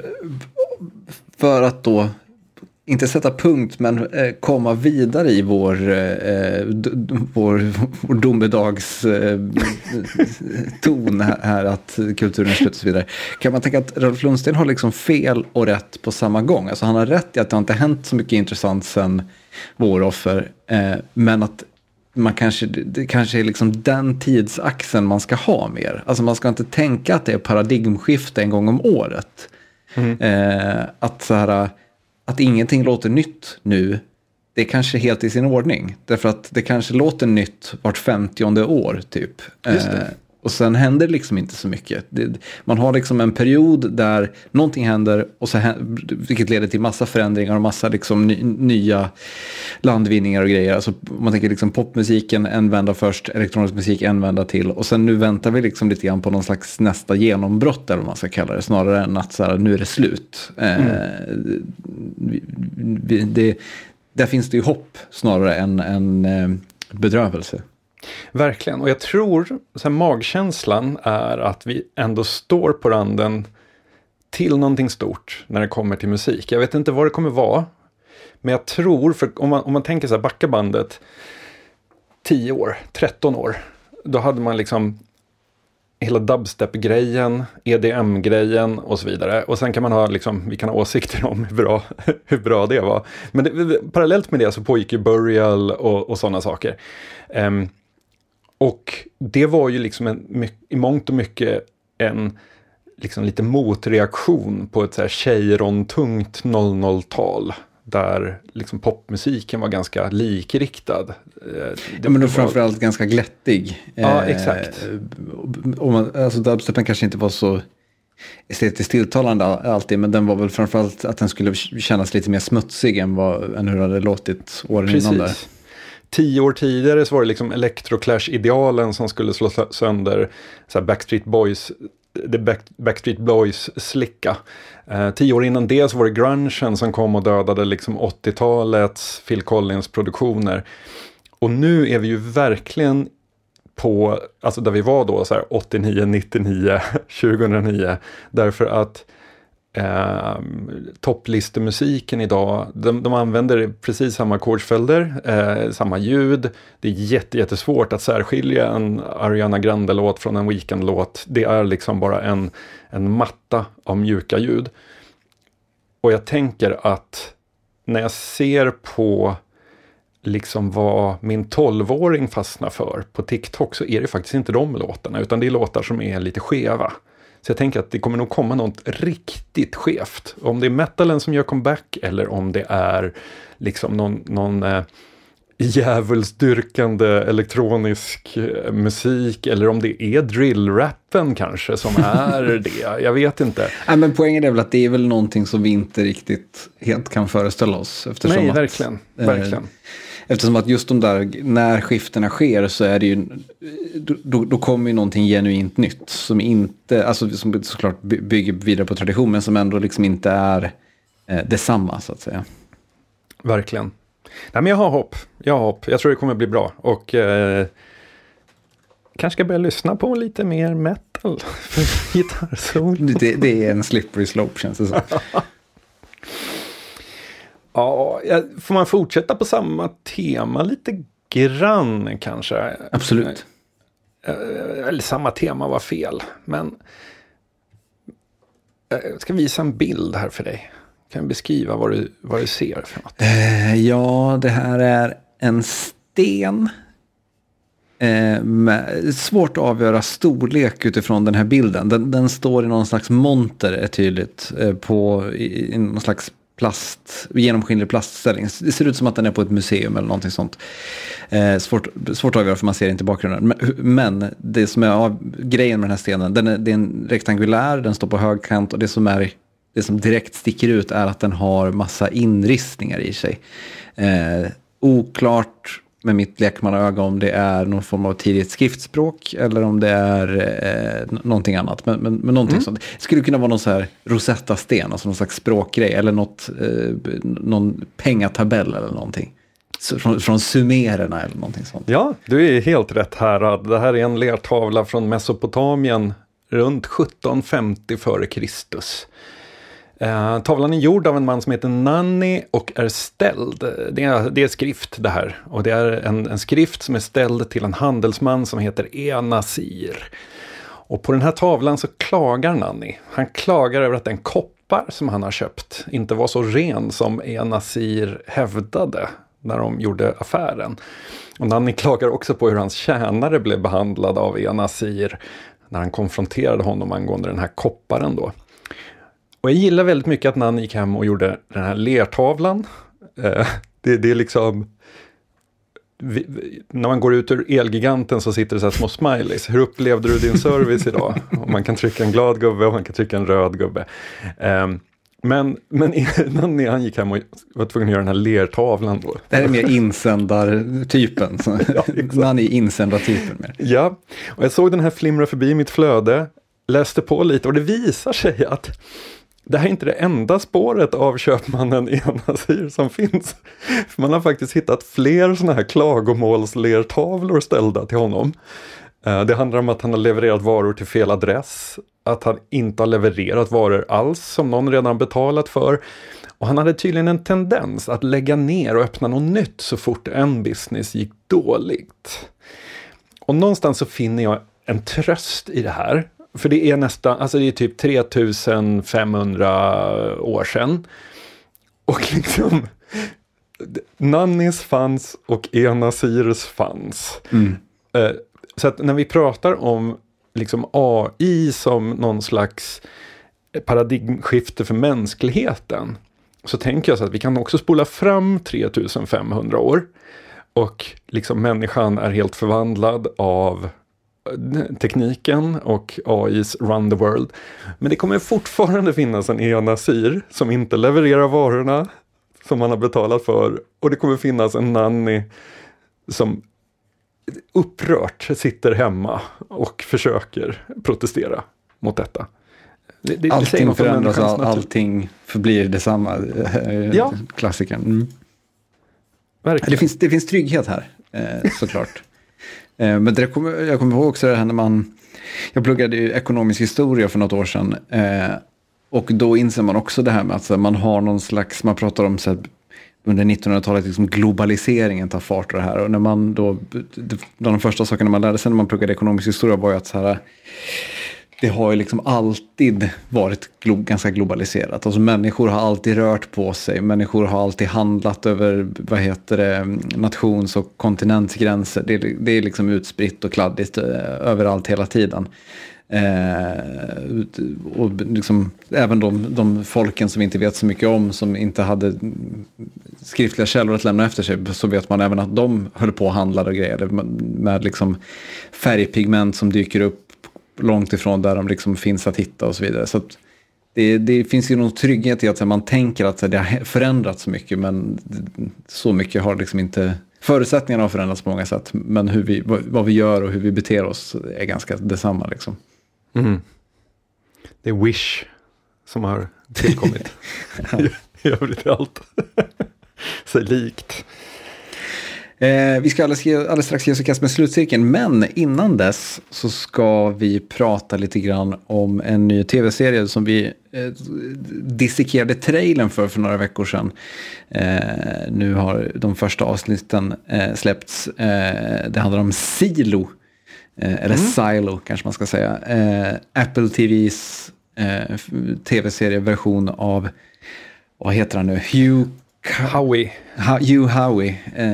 för att då inte sätta punkt men eh, komma vidare i vår, eh, d- vår, vår domedags eh, ton här, här att kulturen är slut och så vidare. Kan man tänka att Ralf Lundsten har liksom fel och rätt på samma gång? Alltså han har rätt i att det inte har hänt så mycket intressant sedan Våroffer, eh, men att man kanske, det kanske är liksom den tidsaxeln man ska ha mer. Alltså man ska inte tänka att det är paradigmskifte en gång om året. Mm. Eh, att så här, att ingenting låter nytt nu, det är kanske helt i sin ordning. Därför att det kanske låter nytt vart femtionde år typ. Just det. Eh, och sen händer liksom inte så mycket. Det, man har liksom en period där någonting händer, och så händer, vilket leder till massa förändringar och massa liksom ny, nya landvinningar och grejer. Alltså man tänker liksom popmusiken en vända först, elektronisk musik en vända till. Och sen nu väntar vi liksom lite grann på någon slags nästa genombrott, eller vad man ska kalla det. Snarare än att så här, nu är det slut. Mm. Eh, vi, vi, det, där finns det ju hopp snarare än en eh, bedrövelse. Verkligen, och jag tror så här, magkänslan är att vi ändå står på randen till någonting stort när det kommer till musik. Jag vet inte vad det kommer vara, men jag tror, för om man, om man tänker så här, backa bandet tio år, tretton år, då hade man liksom hela dubstep-grejen, E D M-grejen och så vidare. Och sen kan man ha liksom, vi kan ha åsikter om hur bra, hur bra det var. Men det, parallellt med det så pågick ju Burial och, och sådana saker. Um, och det var ju liksom en, i mångt och mycket en liksom lite motreaktion på ett så här tjejron-tungt noll noll-tal. Där liksom popmusiken var ganska likriktad. Ja, men då framförallt ganska glättig. Ja, exakt. Eh, och man, alltså dubstepen kanske inte var så estetiskt tilltalande alltid, men den var väl framförallt att den skulle kännas lite mer smutsig än, vad, än hur det hade låtit åren Precis. Innan där. Tio år tidigare så var det liksom Electroclash-idealen som skulle slå sönder så här Backstreet Boys, The Back, Backstreet Boys slicka. Eh, tio år innan det så var det grungen som kom och dödade liksom åttiotalets Phil Collins produktioner. Och nu är vi ju verkligen på, alltså där vi var då så här åttionio, nittionio, tjugohundranio, därför att eh, topplistemusiken idag, de, de använder precis samma ackordsföljder, eh, samma ljud. Det är jätte, jättesvårt att särskilja en Ariana Grande-låt från en Weeknd-låt. Det är liksom bara en, en matta av mjuka ljud. Och jag tänker att när jag ser på liksom vad min tolvåring fastnar för på TikTok, så är det faktiskt inte de låtarna, utan det är låtar som är lite skeva. Så jag tänker att det kommer nog komma något riktigt skevt. Om det är metalen som gör comeback, eller om det är liksom någon, någon eh, djävulsdyrkande elektronisk eh, musik, eller om det är drillrappen kanske som är det. Jag vet inte. Ja, men poängen är väl att det är väl någonting som vi inte riktigt helt kan föreställa oss. Eftersom Nej, att, verkligen. Eh, verkligen. Eftersom att just de där, när skiftena sker, så är det ju, då, då kommer ju någonting genuint nytt som inte, alltså som såklart bygger vidare på tradition, men som ändå liksom inte är eh, detsamma, så att säga. Verkligen. Nej, men jag har hopp. Jag har hopp. Jag tror det kommer bli bra. Och eh, kanske ska börja lyssna på lite mer metal för gitarrsol. Det, det är en slippery slope, känns det så. Ja, får man fortsätta på samma tema lite grann kanske? Absolut. Eller samma tema var fel, men jag ska visa en bild här för dig. Kan du beskriva vad du, vad du ser för något? Eh, ja, det här är en sten. Eh, med, svårt att avgöra storlek utifrån den här bilden. Den, den står i någon slags monter, är tydligt, eh, på i, i någon slags plast, genomskinlig plastställning. Det ser ut som att den är på ett museum eller någonting sånt. Eh, svårt, svårt att avgöra, för man ser inte bakgrunden. Men, men det som är av, grejen med den här stenen, den är, det är en rektangulär, den står på högkant, och det som är det som direkt sticker ut är att den har massa inristningar i sig. Eh, oklart med mitt lekmannaöga om det är någon form av tidigt skriftspråk eller om det är eh, någonting annat. Men, men, men någonting mm. sånt. Det skulle kunna vara någon så här Rosetta-sten, alltså någon slags språkgrej, eller något, eh, någon pengatabell eller någonting. Så, från, från sumererna eller någonting sånt. Ja, du är helt rätt här. Det här är en lertavla från Mesopotamien runt sjutton femtio före Kristus. Uh, tavlan är gjord av en man som heter Nanni och är ställd. Det är, det är skrift det här. Och det är en, en skrift som är ställd till en handelsman som heter Enasir. Och på den här tavlan så klagar Nanni. Han klagar över att den koppar som han har köpt inte var så ren som Enasir hävdade när de gjorde affären. Och Nanni klagar också på hur hans tjänare blev behandlad av Enasir när han konfronterade honom angående den här kopparen då. Och jag gillar väldigt mycket att Nanni gick hem och gjorde den här lertavlan. Eh, det, det är liksom... Vi, vi, när man går ut ur Elgiganten så sitter det så här små smileys. Hur upplevde du din service idag? Och man kan trycka en glad gubbe och man kan trycka en röd gubbe. Eh, men, men Nanni, han gick hem och var tvungen att göra den här lertavlan då. Det här är mer insändartypen. Ja, Nanni är insändartypen mer. Ja, och jag såg den här flimra förbi mitt flöde. Läste på lite och det visar sig att det här är inte det enda spåret av köpmannen Enasir som finns. För man har faktiskt hittat fler såna här klagomålslertavlor ställda till honom. Det handlar om att han har levererat varor till fel adress. Att han inte har levererat varor alls som någon redan betalat för. Och han hade tydligen en tendens att lägga ner och öppna något nytt så fort en business gick dåligt. Och någonstans så finner jag en tröst i det här. För det är nästan, alltså det är typ tre tusen femhundra år sedan. Och liksom Nannis fanns och Enasirs fanns. Mm. Så att när vi pratar om liksom A I som någon slags paradigmskifte för mänskligheten, så tänker jag så att vi kan också spola fram tre tusen femhundra år. Och liksom människan är helt förvandlad av tekniken och A I's run the world. Men det kommer fortfarande finnas en Enasir som inte levererar varorna som man har betalat för. Och det kommer finnas en Nanni som upprört sitter hemma och försöker protestera mot detta. Det, det, allting det förändras, all, allting förblir detsamma. Ja. Klassikern. Mm. Verkligen. Det finns, det finns trygghet här, såklart. Eh, men det kommer, jag kommer ihåg också det här när man, jag pluggade ju ekonomisk historia för något år sedan. Eh, och då inser man också det här med att så här, man har någon slags, man pratar om så här, under nittonhundratalet liksom globaliseringen tar fart och det här. Och när man då, bland de första sakerna man lärde sig när man pluggade ekonomisk historia var ju att så här, det har ju liksom alltid varit glo- ganska globaliserat. Alltså människor har alltid rört på sig. Människor har alltid handlat över, vad heter det, nations- och kontinentgränser. Det, det är liksom utspritt och kladdigt eh, överallt hela tiden. Eh, och liksom, även de, de folken som inte vet så mycket om, som inte hade skriftliga källor att lämna efter sig, så vet man även att de höll på att handla och grejer med, med liksom färgpigment som dyker upp långt ifrån där de liksom finns att hitta och så vidare. Så att det, det finns ju någon trygghet i att man tänker att det har förändrats så mycket, men så mycket har liksom inte, förutsättningarna har förändrats på många sätt, men hur vi, vad vi gör och hur vi beter oss är ganska detsamma liksom. Mm. Det är Wish som har tillkommit. I övrigt allt. Så likt. Eh, vi ska alldeles, alldeles strax ge oss i kast med slutcirkeln, men innan dess så ska vi prata lite grann om en ny tv-serie som vi eh, dissekerade trailern för för några veckor sedan. Eh, nu har de första avsnitten eh, släppts. Eh, det handlar om Silo, eh, eller mm. Silo kanske man ska säga. Eh, Apple T V:s eh, tv-serieversion av, vad heter han nu? Hugh Howey. Hugh Howey,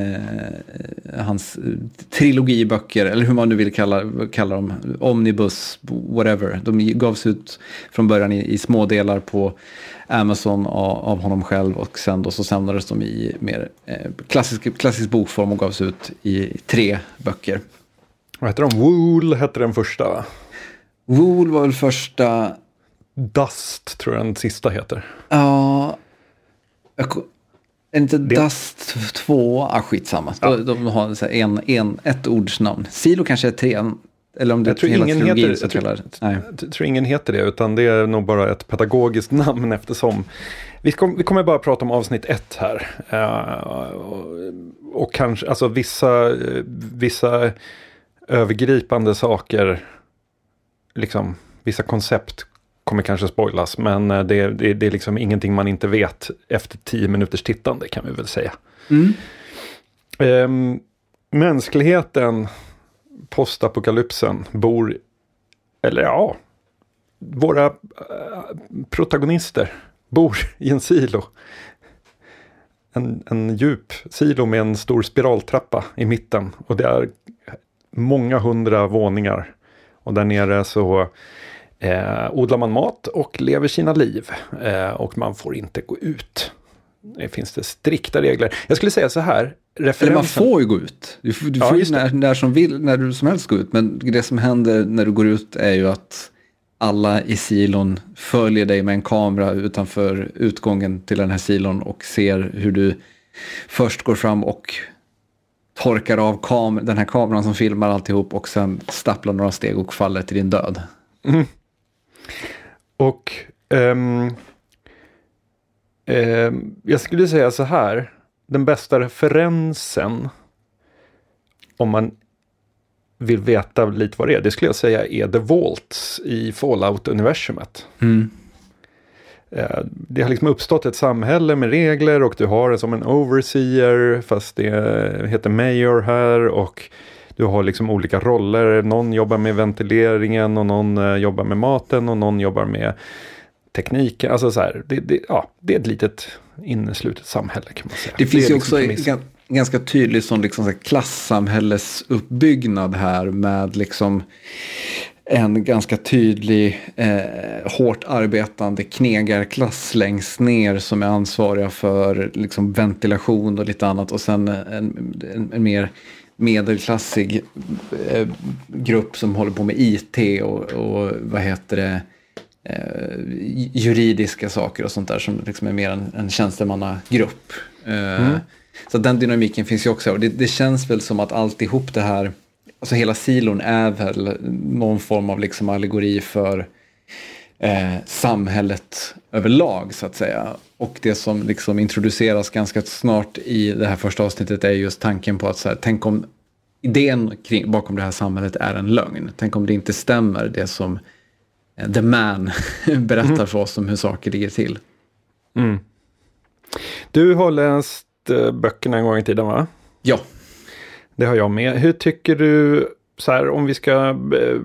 eh, hans trilogiböcker, eller hur man nu vill kalla, kalla dem, Omnibus, whatever. De gavs ut från början i, i små delar på Amazon av, av honom själv, och sen då så samlades de i mer eh, klassisk, klassisk bokform och gavs ut i tre böcker. Vad heter de? Wool hette den första. Wool var väl första. Dust tror jag den sista heter. Ja, jag är inte det... Dust två, ah, skitsamma. Ja. De, de har så här en, en, ett ordsnamn. Silo kanske är tre, eller om det jag tror hela ingen heter, jag tror, tror, Nej. jag tror ingen heter det, utan det är nog bara ett pedagogiskt namn, eftersom vi, kom, vi kommer bara prata om avsnitt ett här. Uh, och, och kanske, alltså vissa, vissa övergripande saker, liksom vissa koncept kommer kanske spoilas, men det, det, det är liksom ingenting man inte vet efter tio minuters tittande, kan vi väl säga. Mm. Um, mänskligheten, postapokalypsen, bor, eller ja, våra uh, protagonister bor i en silo. En, en djup silo med en stor spiraltrappa i mitten, och det är många hundra våningar, och där nere så Eh, odlar man mat och lever sina liv, eh, och man får inte gå ut. Det finns det strikta regler. Jag skulle säga så här, referensen... Eller man får ju gå ut. Du får, du ja, får ju när, när, som vill, när du som helst gå ut, men det som händer när du går ut är ju att alla i silon följer dig med en kamera utanför utgången till den här silon och ser hur du först går fram och torkar av kam- den här kameran som filmar alltihop, och sen stapplar några steg och faller till din död. Mm. Och um, um, jag skulle säga så här, den bästa referensen, om man vill veta lite vad det är, det skulle jag säga är The Vaults i Fallout-universumet. Mm. Uh, det har liksom uppstått ett samhälle med regler, och du har det som en overseer, fast det heter mayor här, och du har liksom olika roller. Någon jobbar med ventileringen, och någon uh, jobbar med maten, och någon jobbar med tekniken. Alltså så här, det, det, ja, det är ett litet inneslutet samhälle, kan man säga. Det finns det ju liksom också g- ganska tydlig sån liksom så här klassamhällesuppbyggnad här, med liksom en ganska tydlig eh, hårt arbetande knegarklass längst ner som är ansvariga för liksom ventilation och lite annat, och sen en, en, en mer medelklassig eh, grupp som håller på med I T och, och vad heter det, eh, juridiska saker och sånt där, som liksom är mer en, en tjänstemannagrupp. Eh, mm. Så den dynamiken finns ju också, och det, det känns väl som att alltihop det här, alltså hela silon är väl någon form av liksom allegori för eh, samhället överlag, så att säga. Och det som liksom introduceras ganska snart i det här första avsnittet är just tanken på att så här, tänk om idén kring, bakom det här samhället är en lögn. Tänk om det inte stämmer, det som eh, The Man berättar mm. för oss om hur saker ligger till. Mm. Du har läst äh, böckerna en gång i tiden, va? Ja. Det har jag med. Hur tycker du, så här, om vi ska... Äh,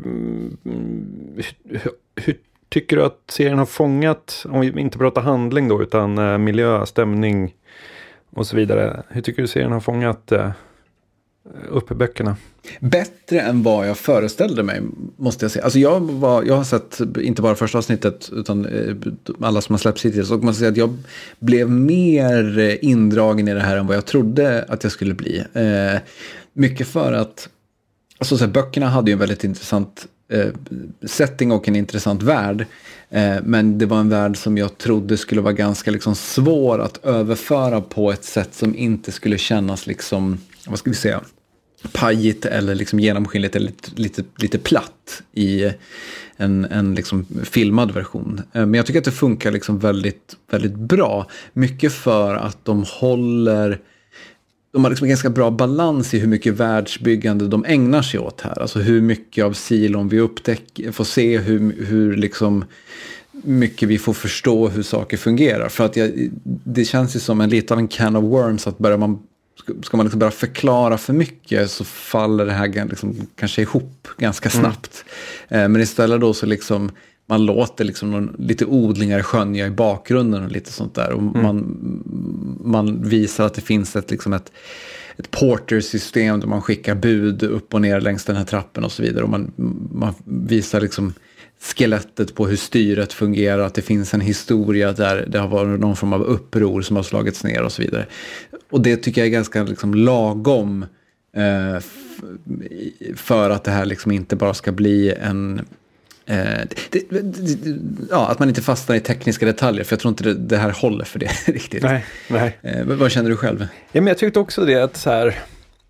hur, hur tycker du att serien har fångat, om vi inte pratar handling då, utan äh, miljö, stämning och så vidare. Hur tycker du serien har fångat äh, upp böckerna? Bättre än vad jag föreställde mig, måste jag säga. Alltså jag, var, jag har sett inte bara första avsnittet utan eh, alla som har släppts hittills. Och man ska säga att jag blev mer indragen i det här än vad jag trodde att jag skulle bli. Eh, mycket för att alltså, så här, böckerna hade ju en väldigt intressant eh, setting och en intressant värld. Eh, men det var en värld som jag trodde skulle vara ganska liksom, svår att överföra på ett sätt som inte skulle kännas liksom, vad ska vi säga, pajigt eller liksom genomskinligt eller lite, lite, lite platt i en, en liksom filmad version. Men jag tycker att det funkar liksom väldigt, väldigt bra. Mycket för att de håller... De har liksom en ganska bra balans i hur mycket världsbyggande de ägnar sig åt här. Alltså hur mycket av silon vi upptäcker, får se hur, hur liksom mycket vi får förstå hur saker fungerar. För att jag, det känns ju som en lite av en can of worms att börjar man ska man liksom bara förklara för mycket så faller det här liksom kanske ihop ganska snabbt. Mm. Men istället då så liksom man låter liksom någon, lite odlingar skönja i bakgrunden och lite sånt där. Och mm. man, man visar att det finns ett, liksom ett, ett porter-system där man skickar bud upp och ner längs den här trappen och så vidare. Och man, man visar liksom skelettet på hur styret fungerar, att det finns en historia där det har varit någon form av uppror som har slagits ner och så vidare. Och det tycker jag är ganska liksom lagom eh, f- för att det här liksom inte bara ska bli en eh, det, det, det, ja, att man inte fastnar i tekniska detaljer, för jag tror inte det, det här håller för det riktigt. Nej, nej. Eh, vad känner du själv? Ja, men jag tyckte också det att så här,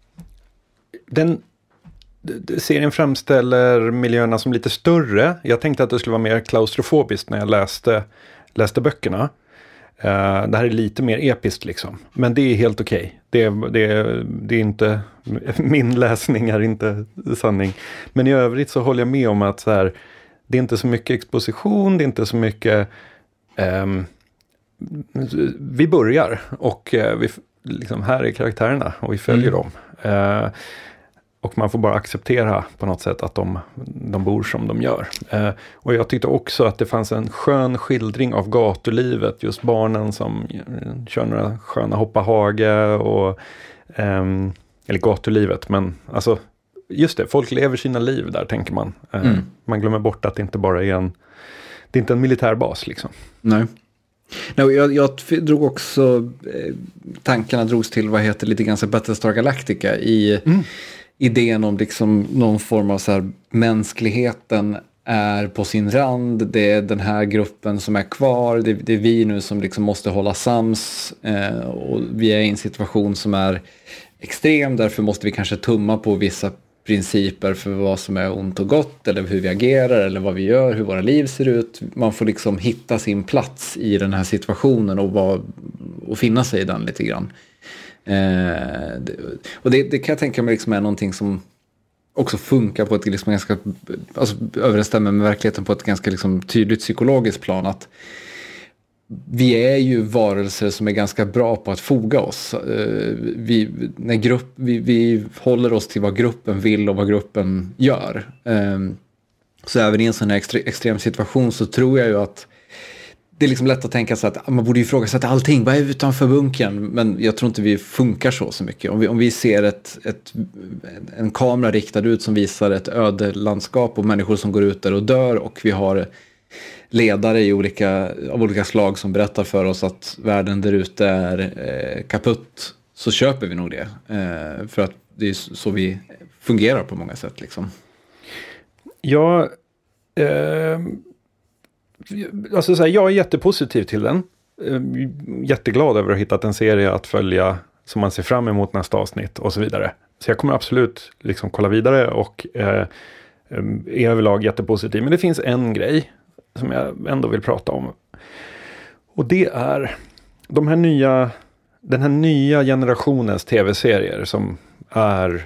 den serien framställer miljöerna som lite större. Jag tänkte att det skulle vara mer klaustrofobiskt när jag läste, läste böckerna. Uh, det här är lite mer episkt liksom. Men det är helt okej. Okay. Det, det, det är inte... Min läsning är inte sanning. Men i övrigt så håller jag med om att så här, det är inte så mycket exposition. Det är inte så mycket... Um, vi börjar och uh, vi, liksom, här är karaktärerna och vi följer mm. dem. Uh, Och man får bara acceptera på något sätt att de, de bor som de gör. Eh, och jag tyckte också att det fanns en skön skildring av gatulivet. Just barnen som kör några sköna hoppa hage och... Eh, eller gatulivet, men alltså... Just det, folk lever sina liv där, tänker man. Eh, mm. Man glömmer bort att det inte bara är en... Det är inte en militärbas, liksom. Nej. No, jag, jag drog också... Eh, tankarna drogs till, vad heter lite grann så Battlestar Galactica i... Mm. Idén om liksom någon form av så här, mänskligheten är på sin rand. Det är den här gruppen som är kvar. Det, det är vi nu som liksom måste hålla sams. Eh, och vi är i en situation som är extrem. Därför måste vi kanske tumma på vissa principer för vad som är ont och gott. Eller hur vi agerar eller vad vi gör. Hur våra liv ser ut. Man får liksom hitta sin plats i den här situationen och, var, och finna sig i den lite grann. Eh, det, och det, det kan jag tänka mig liksom är någonting som också funkar på ett liksom ganska, alltså överensstämmer med verkligheten på ett ganska liksom tydligt psykologiskt plan, att vi är ju varelser som är ganska bra på att foga oss. Eh, vi, när grupp, vi, vi håller oss till vad gruppen vill och vad gruppen gör. Eh, så även i en sån här extre, extrem situation så tror jag ju att det är liksom lätt att tänka så att man borde ju ifrågasätta allting. Vad är utanför bunkern? Men jag tror inte vi funkar så så mycket. Om vi, om vi ser ett, ett, en kamera riktad ut som visar ett öde landskap och människor som går ut där och dör, och vi har ledare i olika, av olika slag som berättar för oss att världen där ute är eh, kaputt, så köper vi nog det. Eh, för att det är så vi fungerar på många sätt. Liksom. Ja... Eh... Alltså så här, jag är jättepositiv till den. Jätteglad över att ha hittat en serie att följa som man ser fram emot nästa avsnitt och så vidare. Så jag kommer absolut liksom kolla vidare och eh, är överlag jättepositiv. Men det finns en grej som jag ändå vill prata om. Och det är de här nya, den här nya generationens tv-serier som är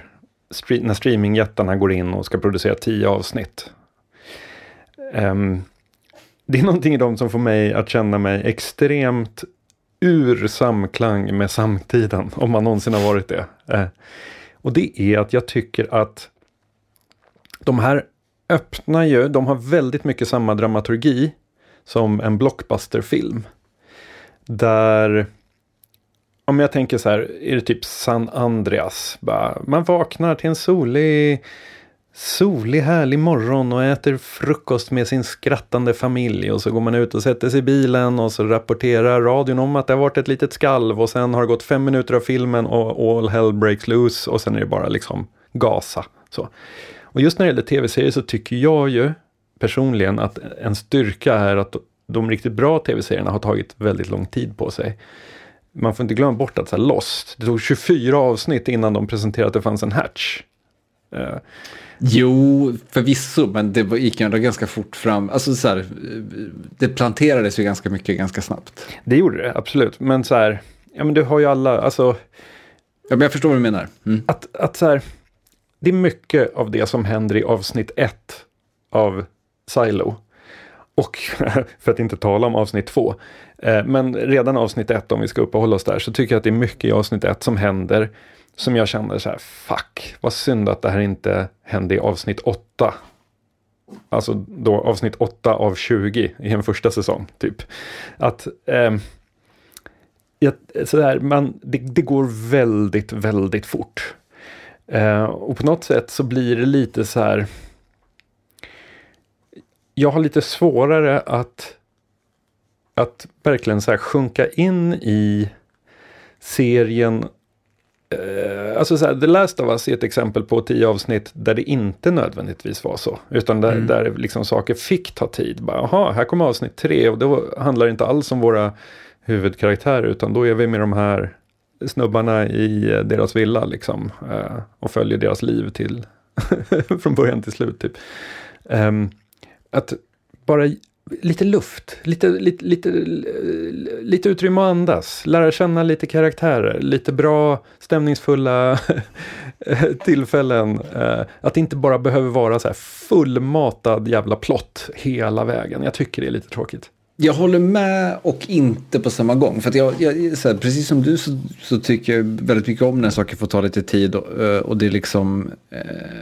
stre- när streamingjättarna går in och ska producera tio avsnitt. Um, det är någonting i dem som får mig att känna mig extremt ur samklang med samtiden, om man någonsin har varit det. Uh, och det är att jag tycker att de här öppnar ju, de har väldigt mycket samma dramaturgi som en blockbusterfilm. Där, om jag tänker så här, är det typ San Andreas. Bara, man vaknar till en solig, solig härlig morgon och äter frukost med sin skrattande familj. Och så går man ut och sätter sig i bilen och så rapporterar radion om att det har varit ett litet skalv. Och sen har det gått fem minuter av filmen och all hell breaks loose. Och sen är det bara liksom gasa. Så. Och just när det gäller tv-serier så tycker jag ju personligen att en styrka är att de riktigt bra tv-serierna har tagit väldigt lång tid på sig. Man får inte glömma bort att så här, Lost, det tog tjugofyra avsnitt innan de presenterade att det fanns en hatch. Uh. Jo, förvisso, men det gick ju ändå ganska fort fram. Alltså så här, det planterades ju ganska mycket ganska snabbt. Det gjorde det, absolut. Men så här, ja men du har ju alla, alltså... Ja, men jag förstår vad du menar. Mm. Att, att så här, det är mycket av det som händer i avsnitt ett av Silo. Och för att inte tala om avsnitt två. Eh, men redan avsnitt ett, om vi ska uppehålla oss där, så tycker jag att det är mycket i avsnitt ett som händer som jag känner så här, fuck, vad synd att det här inte hände i avsnitt åtta. Alltså då avsnitt åtta av tjugo i en första säsong, typ. Att eh, jag, så där, man, det, det går väldigt, väldigt fort. Eh, och på något sätt så blir det lite så här... Jag har lite svårare att, att verkligen så här sjunka in i serien. Eh, alltså så här, The Last of Us är ett exempel på tio avsnitt där det inte nödvändigtvis var så. Utan där, mm. där liksom saker fick ta tid. Bara, aha, här kommer avsnitt tre och då handlar det inte alls om våra huvudkaraktärer. Utan då är vi med de här snubbarna i deras villa liksom. Eh, och följer deras liv till från början till slut typ. Um, Att bara lite luft, lite, lite, lite, lite utrymme att andas, lära känna lite karaktärer, lite bra stämningsfulla tillfällen. Att det inte bara behöver vara så här fullmatad jävla plott hela vägen. Jag tycker det är lite tråkigt. Jag håller med och inte på samma gång. För att jag, jag så här, precis som du så, så tycker jag väldigt mycket om när saker får ta lite tid. Och, och det liksom eh,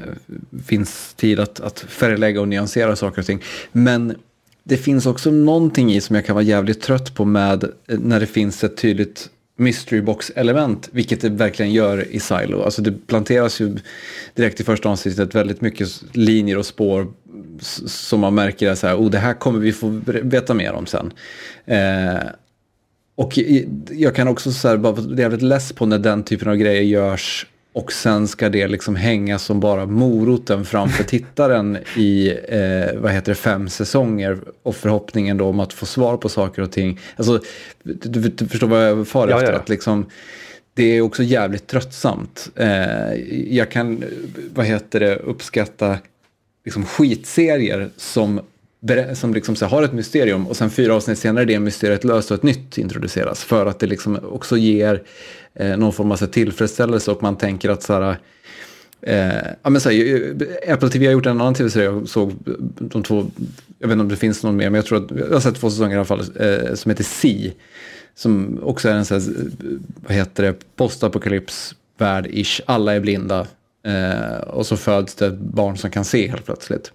finns tid att, att färglägga och nyansera saker och ting. Men det finns också någonting i som jag kan vara jävligt trött på med när det finns ett tydligt mystery box-element, vilket det verkligen gör i Silo. Alltså det planteras ju direkt i första avsnittet väldigt mycket linjer och spår som man märker är så här, oh, det här kommer vi få veta mer om sen. Eh, och jag kan också så här, bara vara jävligt less på när den typen av grejer görs och sen ska det liksom hänga som bara moroten framför tittaren i eh, vad heter det, fem säsonger och förhoppningen då om att få svar på saker och ting. Alltså, du, du förstår vad jag far ja, efter, ja. Att liksom det är också jävligt tröttsamt. Eh, jag kan, vad heter det, uppskatta liksom skitserier som, som liksom så har ett mysterium och sen fyra avsnitt senare det mysteriet löst och ett nytt introduceras för att det liksom också ger eh, någon form av så tillfredsställelse och man tänker att så här, eh, ja, men så här, Apple T V har gjort en annan tv-serie, jag såg de två, jag vet inte om det finns någon mer, men jag tror att jag har sett två säsonger i alla fall, eh, som heter Sea, som också är en så här, vad heter det, postapokalypsvärld-ish, alla är blinda. Eh, och så föds det barn som kan se helt plötsligt.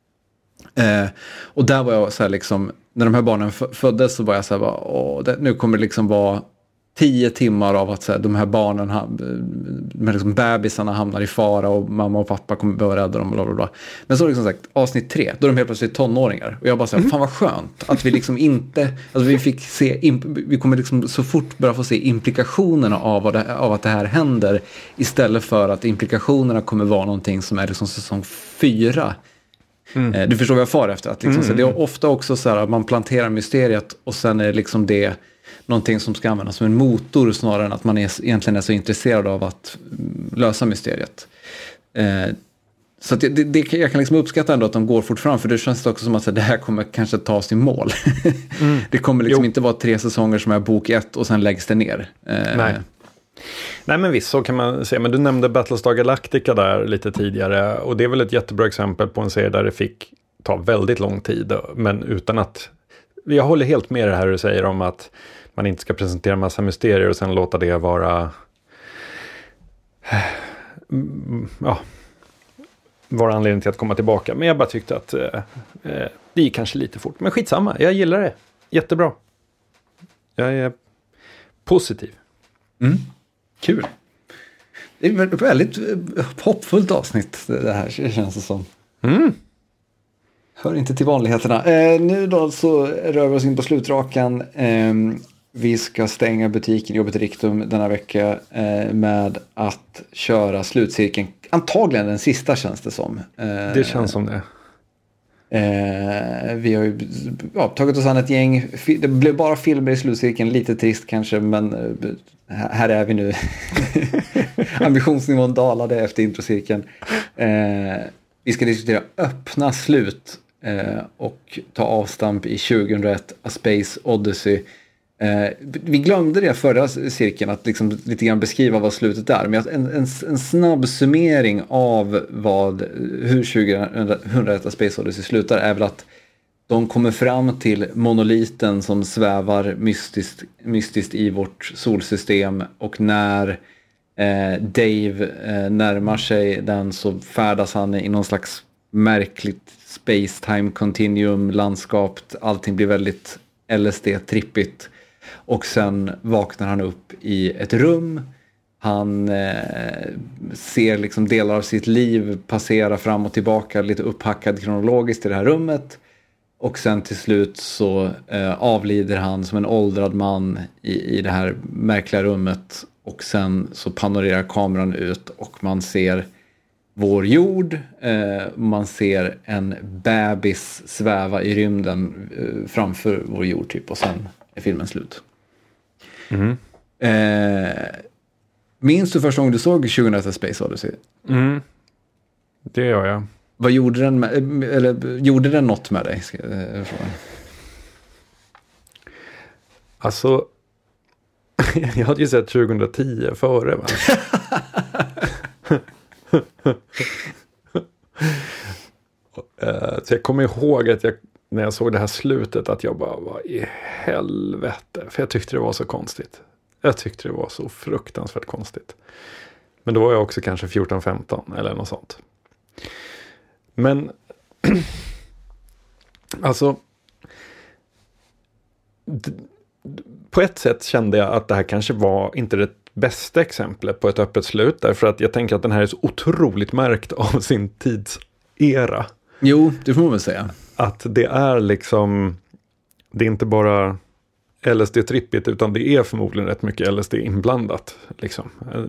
Eh, och där var jag så här liksom, när de här barnen f- föddes så var jag så här, bara, åh, det, nu kommer det liksom vara tio timmar av att så här, de här barnen, de här liksom bebisarna hamnar i fara och mamma och pappa kommer behöva rädda dem och bla bla bla. Men så liksom sagt, avsnitt tre, då är de helt plötsligt tonåringar. Och jag bara så här, fan vad skönt att vi liksom inte, alltså vi fick se, imp- vi kommer liksom så fort börja få se implikationerna av, vad det, av att det här händer istället för att implikationerna kommer vara någonting som är liksom säsong fyra. Mm. Du förstår vad jag far efter. Att liksom, mm. så det är ofta också så här att man planterar mysteriet och sen är det liksom det någonting som ska användas som en motor snarare än att man är, egentligen är så intresserad av att lösa mysteriet. Eh, så att det, det, jag kan liksom uppskatta ändå att de går fort fram, för det känns också som att så här, det här kommer kanske ta sin mål. mm. Det kommer liksom jo. inte vara tre säsonger som är bok ett och sen läggs det ner. Eh, Nej. Nej men visst, så kan man säga. Men du nämnde Battlestar Galactica där lite tidigare. Och det är väl ett jättebra exempel på en serie där det fick ta väldigt lång tid. Men utan att... Jag håller helt med det här du säger om att man inte ska presentera massa mysterier och sen låta det vara... Ja... Var anledning till att komma tillbaka. Men jag bara tyckte att eh, det gick kanske lite fort. Men skitsamma, jag gillar det. Jättebra. Jag är positiv. Mm. Kul. Det är ett väldigt hoppfullt avsnitt det här, känns det som. Mm. Hör inte till vanligheterna. Eh, nu då så rör vi oss in på slutrakan. Eh, vi ska stänga butiken, jobbet i Riktum denna vecka eh, med att köra slutcirkeln. Antagligen den sista, känns det som. Eh, det känns som det. Eh, vi har ju ja, tagit oss an ett gäng. Det blev bara filmer i slutcirkeln. Lite trist kanske, men eh, här är vi nu. Ambitionsnivån dalade efter introcirkeln. Eh, vi ska diskutera öppna slut eh, och ta avstamp i tjugohundraett A Space Odyssey. Eh, vi glömde det förra cirkeln, att liksom lite grann beskriva vad slutet är. Men en, en, en snabb summering av vad, hur tjugohundraett A Space Odyssey slutar är väl att de kommer fram till monoliten som svävar mystiskt, mystiskt i vårt solsystem, och när eh, Dave eh, närmar sig den så färdas han i någon slags märkligt space-time continuum landskap. Allting blir väldigt L S D-trippigt. Och sen vaknar han upp i ett rum. Han eh, ser liksom delar av sitt liv passera fram och tillbaka, lite upphackad kronologiskt i det här rummet. Och sen till slut så eh, avlider han som en åldrad man i, i det här märkliga rummet. Och sen så panorerar kameran ut och man ser vår jord. Eh, man ser en bebis sväva i rymden eh, framför vår jord typ, och sen är filmen slut. Mm. Eh, minns du första gången du såg tjugohundraett A Space Odyssey? Mm. Det gör jag. Vad gjorde den med, eller gjorde den något med dig? Ska jag fråga. Alltså jag hade ju sett tjugohundratio före, va? Så jag kommer ihåg att jag, när jag såg det här slutet, att jag bara, vad i helvete? För jag tyckte det var så konstigt. Jag tyckte det var så fruktansvärt konstigt. Men då var jag också kanske fjorton femton eller något sånt. Men alltså d- d- på ett sätt kände jag att det här kanske var inte det bästa exemplet på ett öppet slut, därför att jag tänker att den här är så otroligt märkt av sin tidsera. Jo, det får man väl säga. Att det är liksom, det är inte bara L S D-trippigt, utan det är förmodligen rätt mycket L S D inblandat. Liksom.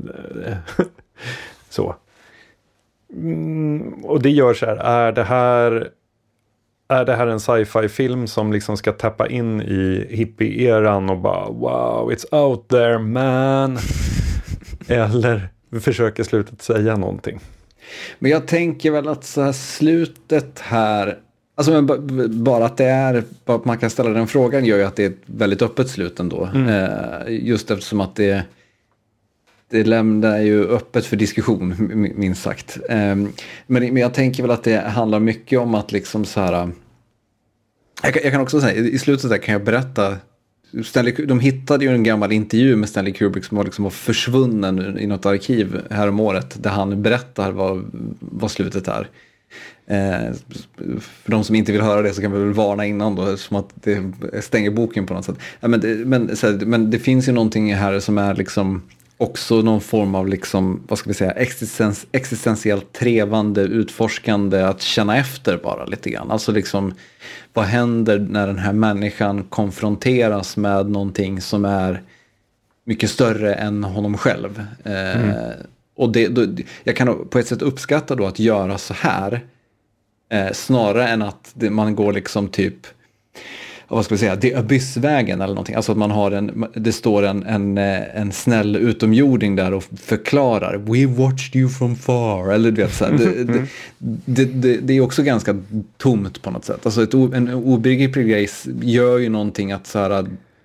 Så. Mm, och det gör så här, är det här är det här en sci-fi-film som liksom ska tappa in i hippie-eran och bara, wow, it's out there, man. Eller försöker slutet säga någonting. Men jag tänker väl att så här slutet här, alltså men b- bara att det är, bara att man kan ställa den frågan gör ju att det är ett väldigt öppet slut ändå. Mm. Eh, just eftersom att det det lämnar ju öppet för diskussion, minst sagt. Eh, men, men jag tänker väl att det handlar mycket om att liksom så här, jag kan, jag kan också säga, i slutet där kan jag berätta, Stanley, de hittade ju en gammal intervju med Stanley Kubrick som var, liksom var försvunnen i något arkiv här om året, där han berättar vad, vad slutet är. Eh, för de som inte vill höra det så kan vi väl varna innan då, som att det stänger boken på något sätt. Ja, men, det, men, så här, men det finns ju någonting här som är liksom också någon form av liksom, vad ska vi säga, existens, existentiellt trevande, utforskande, att känna efter bara lite grann. Alltså liksom, vad händer när den här människan konfronteras med någonting som är mycket större än honom själv. Mm. Eh, och det, då, jag kan på ett sätt uppskatta då att göra så här, eh, snarare än att det, man går liksom typ, vad ska vi säga, det är abyssvägen eller någonting. Alltså att man har en, det står en, en, en snäll utomjording där och förklarar, we watched you from far, eller du vet så här, det, det, det, det, det är också ganska tomt på något sätt. Alltså ett, en obegriplig grej gör ju någonting att så här,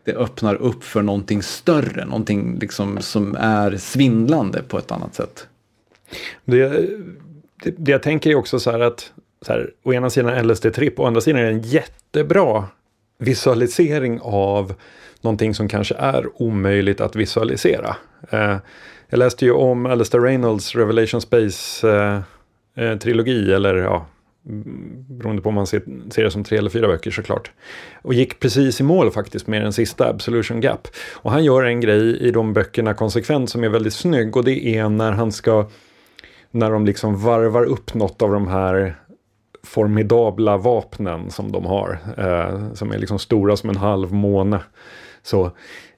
det öppnar upp för någonting större, någonting liksom som är svindlande på ett annat sätt. Det, det, det jag tänker är också så här att så här, å ena sidan L S D-tripp, å andra sidan är det en jättebra visualisering av någonting som kanske är omöjligt att visualisera. Eh, jag läste ju om Alastair Reynolds Revelation Space eh, eh, trilogi, eller ja, beroende på om man ser, ser det som tre eller fyra böcker såklart. Och gick precis i mål faktiskt med den sista, Absolution Gap. Och han gör en grej i de böckerna konsekvent som är väldigt snygg, och det är när han ska, när de liksom varvar upp något av de här formidabla vapnen som de har, eh, som är liksom stora som en halv måne. Så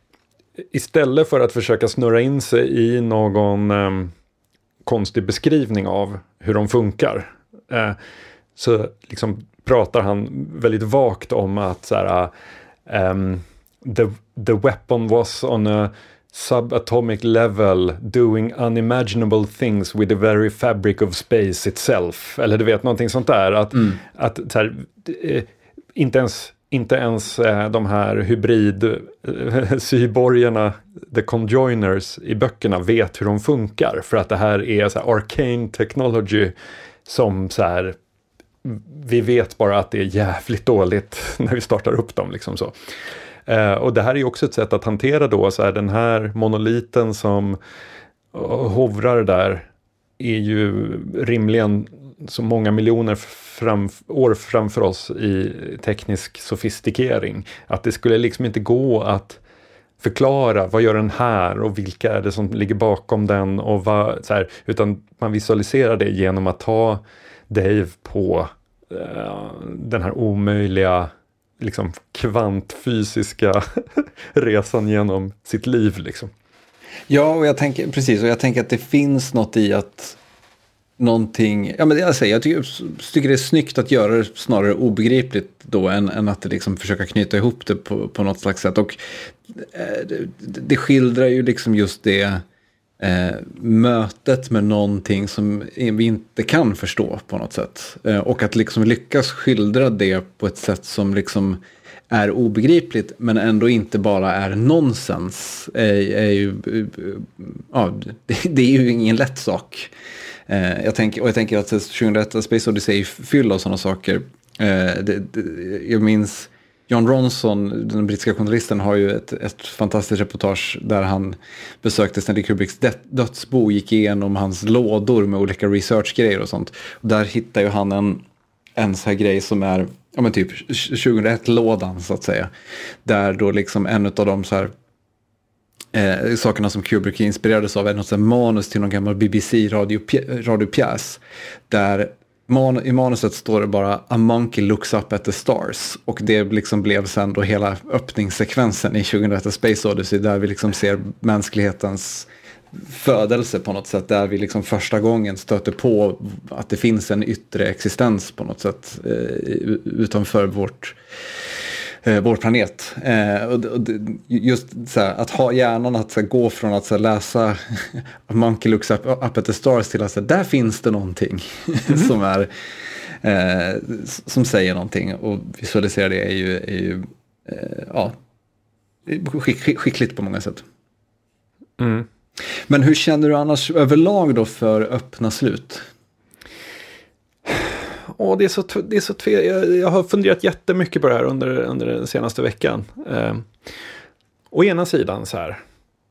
istället för att försöka snurra in sig i någon eh, konstig beskrivning av hur de funkar, eh, så liksom pratar han väldigt vagt om att så här, um, the, the weapon was on a subatomic level doing unimaginable things with the very fabric of space itself. Eller du vet, någonting sånt där. Att, mm. att så här, eh, inte ens, inte ens eh, de här hybrid eh, syborgarna, the conjoiners i böckerna, vet hur de funkar. För att det här är så här arcane technology som så här, vi vet bara att det är jävligt dåligt när vi startar upp dem liksom så. Uh, och det här är ju också ett sätt att hantera då så här, den här monoliten som uh, hovrar där är ju rimligen så många miljoner fram, år framför oss i teknisk sofistikering, att det skulle liksom inte gå att förklara vad gör den här och vilka är det som ligger bakom den och vad, så här, utan man visualiserar det genom att ta Dave på uh, den här omöjliga liksom kvantfysiska resan genom sitt liv liksom. Ja, och jag tänker precis, och jag tänker att det finns något i att någonting, ja men jag säger, jag tycker, tycker det är snyggt att göra det snarare obegripligt då än, än att liksom försöka knyta ihop det på, på något slags sätt, och eh, det, det skildrar ju liksom just det eh, mötet med någonting som vi inte kan förstå på något sätt, eh, och att liksom lyckas skildra det på ett sätt som liksom är obegripligt men ändå inte bara är nonsens är, är ju, ja, det, det är ju ingen lätt sak. Eh, jag tänker, och jag tänker att tjugohundraett Space Odyssey är full av sådana saker. Eh, det, det, jag minns John Ronson, den brittiska journalisten, har ju ett, ett fantastiskt reportage där han besökte Stanley Kubricks dödsbo, gick igenom hans lådor med olika researchgrejer och sånt. Och där hittar ju han en, en så här grej som är, ja men typ tjugohundraett-lådan så att säga. Där då liksom en av de så här eh, sakerna som Kubrick inspirerades av är något så här manus till någon gammal B B C-radiopjäs. Där man, i manuset står det bara A monkey looks up at the stars. Och det liksom blev sen då hela öppningssekvensen i tjugohundraett Space Odyssey, där vi liksom ser mänsklighetens födelse på något sätt, där vi liksom första gången stöter på att det finns en yttre existens på något sätt eh, utanför vårt, eh, vår planet. Eh, och, och just så här, att ha hjärnan att så här, gå från att så här, läsa A monkey looks up, up at the stars till att så här, där finns det någonting mm. som är eh, som säger någonting, och visualisera det är ju, är ju eh, ja, skick, skickligt på många sätt. Mm. Men hur känner du annars överlag då för öppna slut? Åh, det är så, det är så tve- jag, jag har funderat jättemycket på det här under, under den senaste veckan. Eh, å ena sidan så här.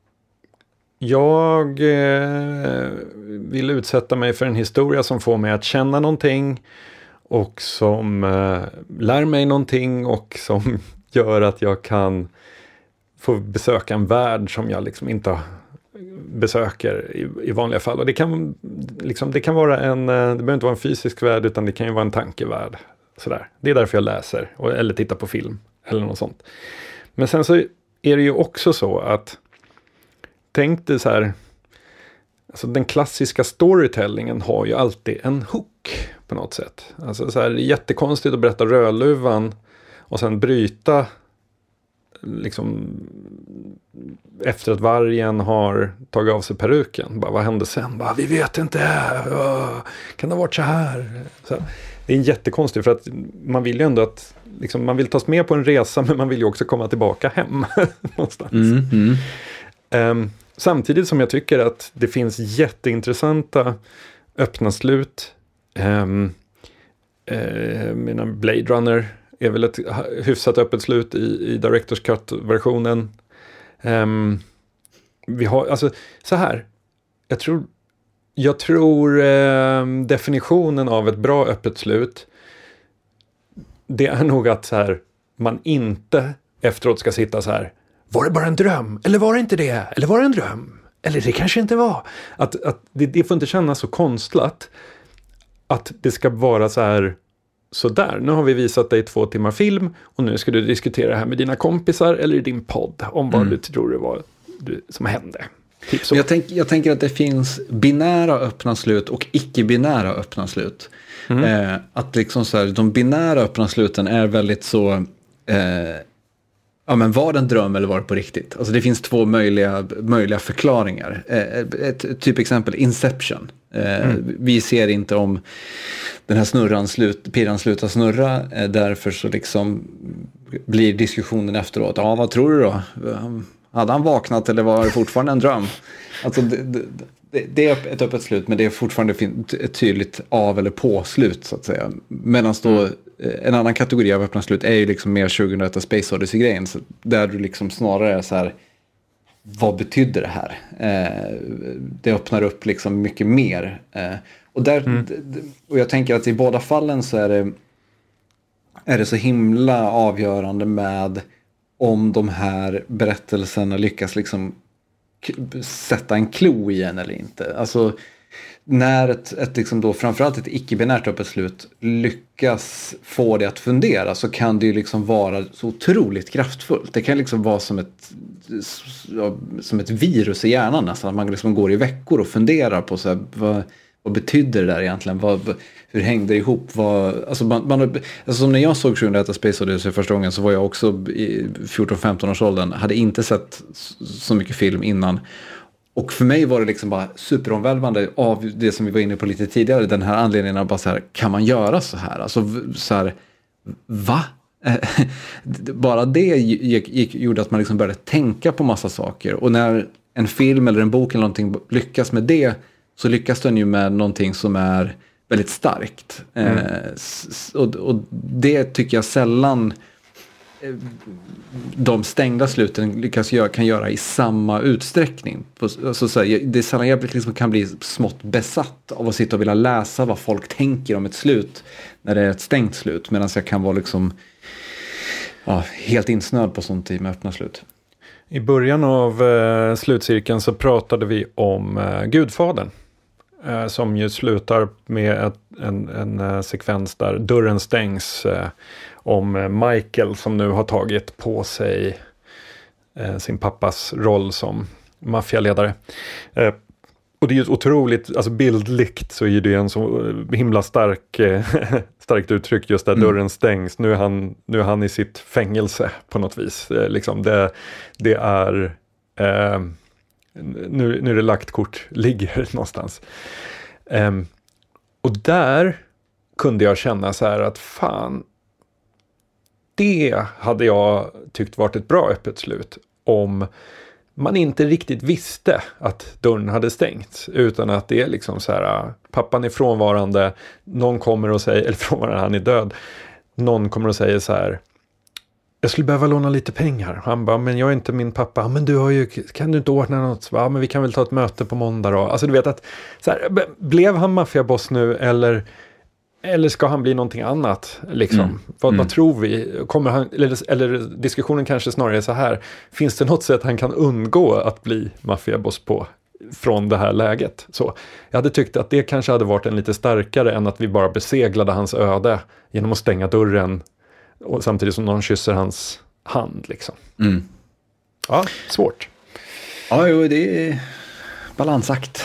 Jag eh, vill utsätta mig för en historia som får mig att känna någonting och som eh, lär mig någonting och som gör att jag kan få besöka en värld som jag liksom inte besöker i, i vanliga fall. Och det kan, liksom, det kan vara en, det behöver inte vara en fysisk värld, utan det kan ju vara en tankevärld. Sådär. Det är därför jag läser och, eller tittar på film eller något sånt. Men sen så är det ju också så att tänk dig så här, alltså den klassiska storytellingen har ju alltid en hook på något sätt. Alltså så här, det är jättekonstigt att berätta Rödluvan och sen bryta liksom efter att vargen har tagit av sig peruken. Bara, vad hände sen? Bara, vi vet inte. Åh, kan det ha varit så här? Så, det är jättekonstigt för att man vill ju ändå att liksom, man vill tas med på en resa men man vill ju också komma tillbaka hem någonstans. Mm, mm. Um, samtidigt som jag tycker att det finns jätteintressanta öppna slut. Um, uh, mina Blade Runner är väl ett hyfsat öppet slut i, i Director's Cut-versionen. Um, vi har, alltså så här, jag tror jag tror eh, definitionen av ett bra öppet slut, det är nog att så här, man inte efteråt ska sitta så här, var det bara en dröm? Eller var det inte det? Eller var det en dröm? Eller det kanske inte var. Att, att det, det får inte kännas så konstlat att det ska vara så här, så där. Nu har vi visat dig två timmar film och nu ska du diskutera det här med dina kompisar eller i din podd om vad mm. du tror det var som hände. Typ så. Jag, tänk, jag tänker att det finns binära öppna slut och icke-binära öppna slut. Mm. Eh, att liksom så här, de binära öppna sluten är väldigt så... Eh, ja, men var det en dröm eller var det på riktigt? Alltså det finns två möjliga, möjliga förklaringar. Eh, ett, ett typ exempel, Inception. Eh, mm. Vi ser inte om den här snurran slut, pirran slutar snurra. Eh, därför så liksom blir diskussionen efteråt. Ja, vad tror du då? Hade han vaknat eller var det fortfarande en dröm? Alltså det, det, det är ett öppet slut, men det är fortfarande ett tydligt av- eller på-slut så att säga. Medan då mm. en annan kategori av öppna slut är ju liksom mer tjugohundraett och Space Odyssey-grejen. Där du liksom snarare är så här, vad betyder det här? Eh, det öppnar upp liksom mycket mer. Eh, och, där, mm. och jag tänker att i båda fallen så är det, är det så himla avgörande med om de här berättelserna lyckas liksom k- sätta en klo i en eller inte. Alltså när ett, ett liksom då, framförallt ett icke-binärt öppet slut lyckas få det att fundera, så kan det ju liksom vara så otroligt kraftfullt. Det kan liksom vara som ett, som ett virus i hjärnan nästan. Att man liksom går i veckor och funderar på så här, vad, vad betyder det där egentligen? Vad, hur hängde det ihop? Vad, alltså man, man, alltså som när jag såg tjugohundraett Space Odyssey första gången, så var jag också i fjorton femton års åldern. Hade inte sett så mycket film innan. Och för mig var det liksom bara superomvälvande av det som vi var inne på lite tidigare. Den här anledningen av bara så här, kan man göra så här? Alltså så här, va? Bara det gick, gick, gjorde att man liksom började tänka på massa saker. Och när en film eller en bok eller någonting lyckas med det, så lyckas den ju med någonting som är väldigt starkt. Mm. Eh, och, och det tycker jag sällan eh, de stängda sluten lyckas göra, kan göra i samma utsträckning. Alltså, så här, det är sällan jag liksom kan bli smått besatt av att sitta och vilja läsa vad folk tänker om ett slut när det är ett stängt slut, medan jag kan vara liksom ja, helt insnöd på sånt med öppna slut. I början av eh, slutcirkeln så pratade vi om eh, Gudfadern. Eh, som ju slutar med ett, en, en uh, sekvens där dörren stängs uh, om uh, Michael som nu har tagit på sig uh, sin pappas roll som maffialedare. Uh, och det är ju otroligt, alltså bildligt så är det en så himla stark, uh, starkt uttryck just där mm. dörren stängs. Nu är, han, nu är han i sitt fängelse på något vis. Uh, liksom det, det är... Uh, Nu, nu är det lagt kort ligger någonstans. Um, och där kunde jag känna så här att fan, det hade jag tyckt varit ett bra öppet slut om man inte riktigt visste att dörren hade stängt, utan att det är liksom så här, pappan är frånvarande, någon kommer och säger, eller frånvarande, han är död, någon kommer och säger så här, jag skulle behöva låna lite pengar. Han bara, men jag är inte min pappa. Men du har ju, kan du inte ordna något? Ja, men vi kan väl ta ett möte på måndag då. Alltså du vet att, så här, blev han maffiaboss nu eller, eller ska han bli någonting annat? Liksom? Mm. Vad, mm. vad tror vi? Kommer han, eller, eller diskussionen kanske snarare är så här. Finns det något sätt han kan undgå att bli maffiaboss på från det här läget? Så jag hade tyckt att det kanske hade varit en lite starkare än att vi bara beseglade hans öde genom att stänga dörren. Och samtidigt som någon kysser hans hand liksom. Mm. Ja, svårt. Ja, jo, det är balansakt.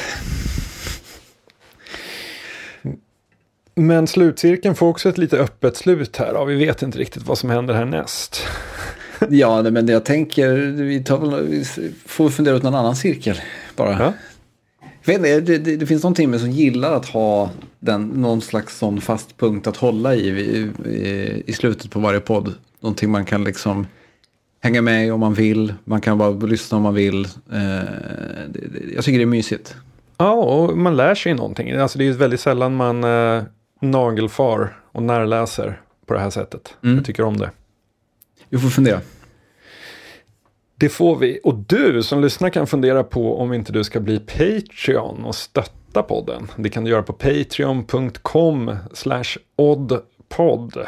Men slutcirkeln får också ett lite öppet slut här. Ja, vi vet inte riktigt vad som händer härnäst. Ja, men jag tänker vi, tar väl, vi får fundera ut någon annan cirkel bara. Ja. Jag vet inte, det, det, det finns någonting med som gillar att ha den, någon slags sån fast punkt att hålla i, i, i i slutet på varje podd. Någonting man kan liksom hänga med om man vill. Man kan bara lyssna om man vill. Eh, det, det, jag tycker det är mysigt. Ja, och man lär sig någonting. Alltså det är ju väldigt sällan man eh, nagelfar och närläser på det här sättet. Mm. Jag tycker om det. Vi får fundera. Det får vi. Och du som lyssnar kan fundera på om inte du ska bli Patreon och stötta podden. Det kan du göra på patreon punkt com slash oddpod.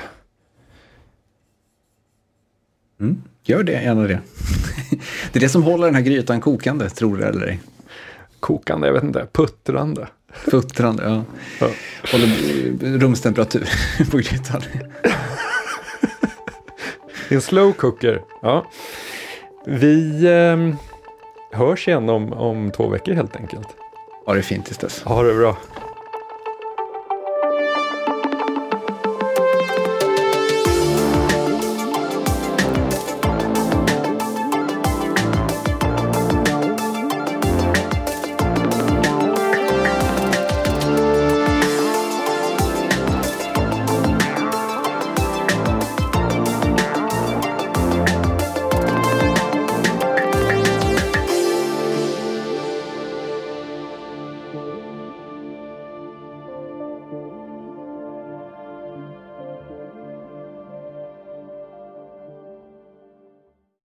Mm, gör det, gärna det. Det är det som håller den här grytan kokande, tror du eller ej? Kokande, jag vet inte. Puttrande. Puttrande, ja. ja. Håller rumstemperatur på grytan. Det är en slow cooker, ja. Vi eh, hörs igen om, om två veckor helt enkelt. Ha det fint tills dess. Ha det bra.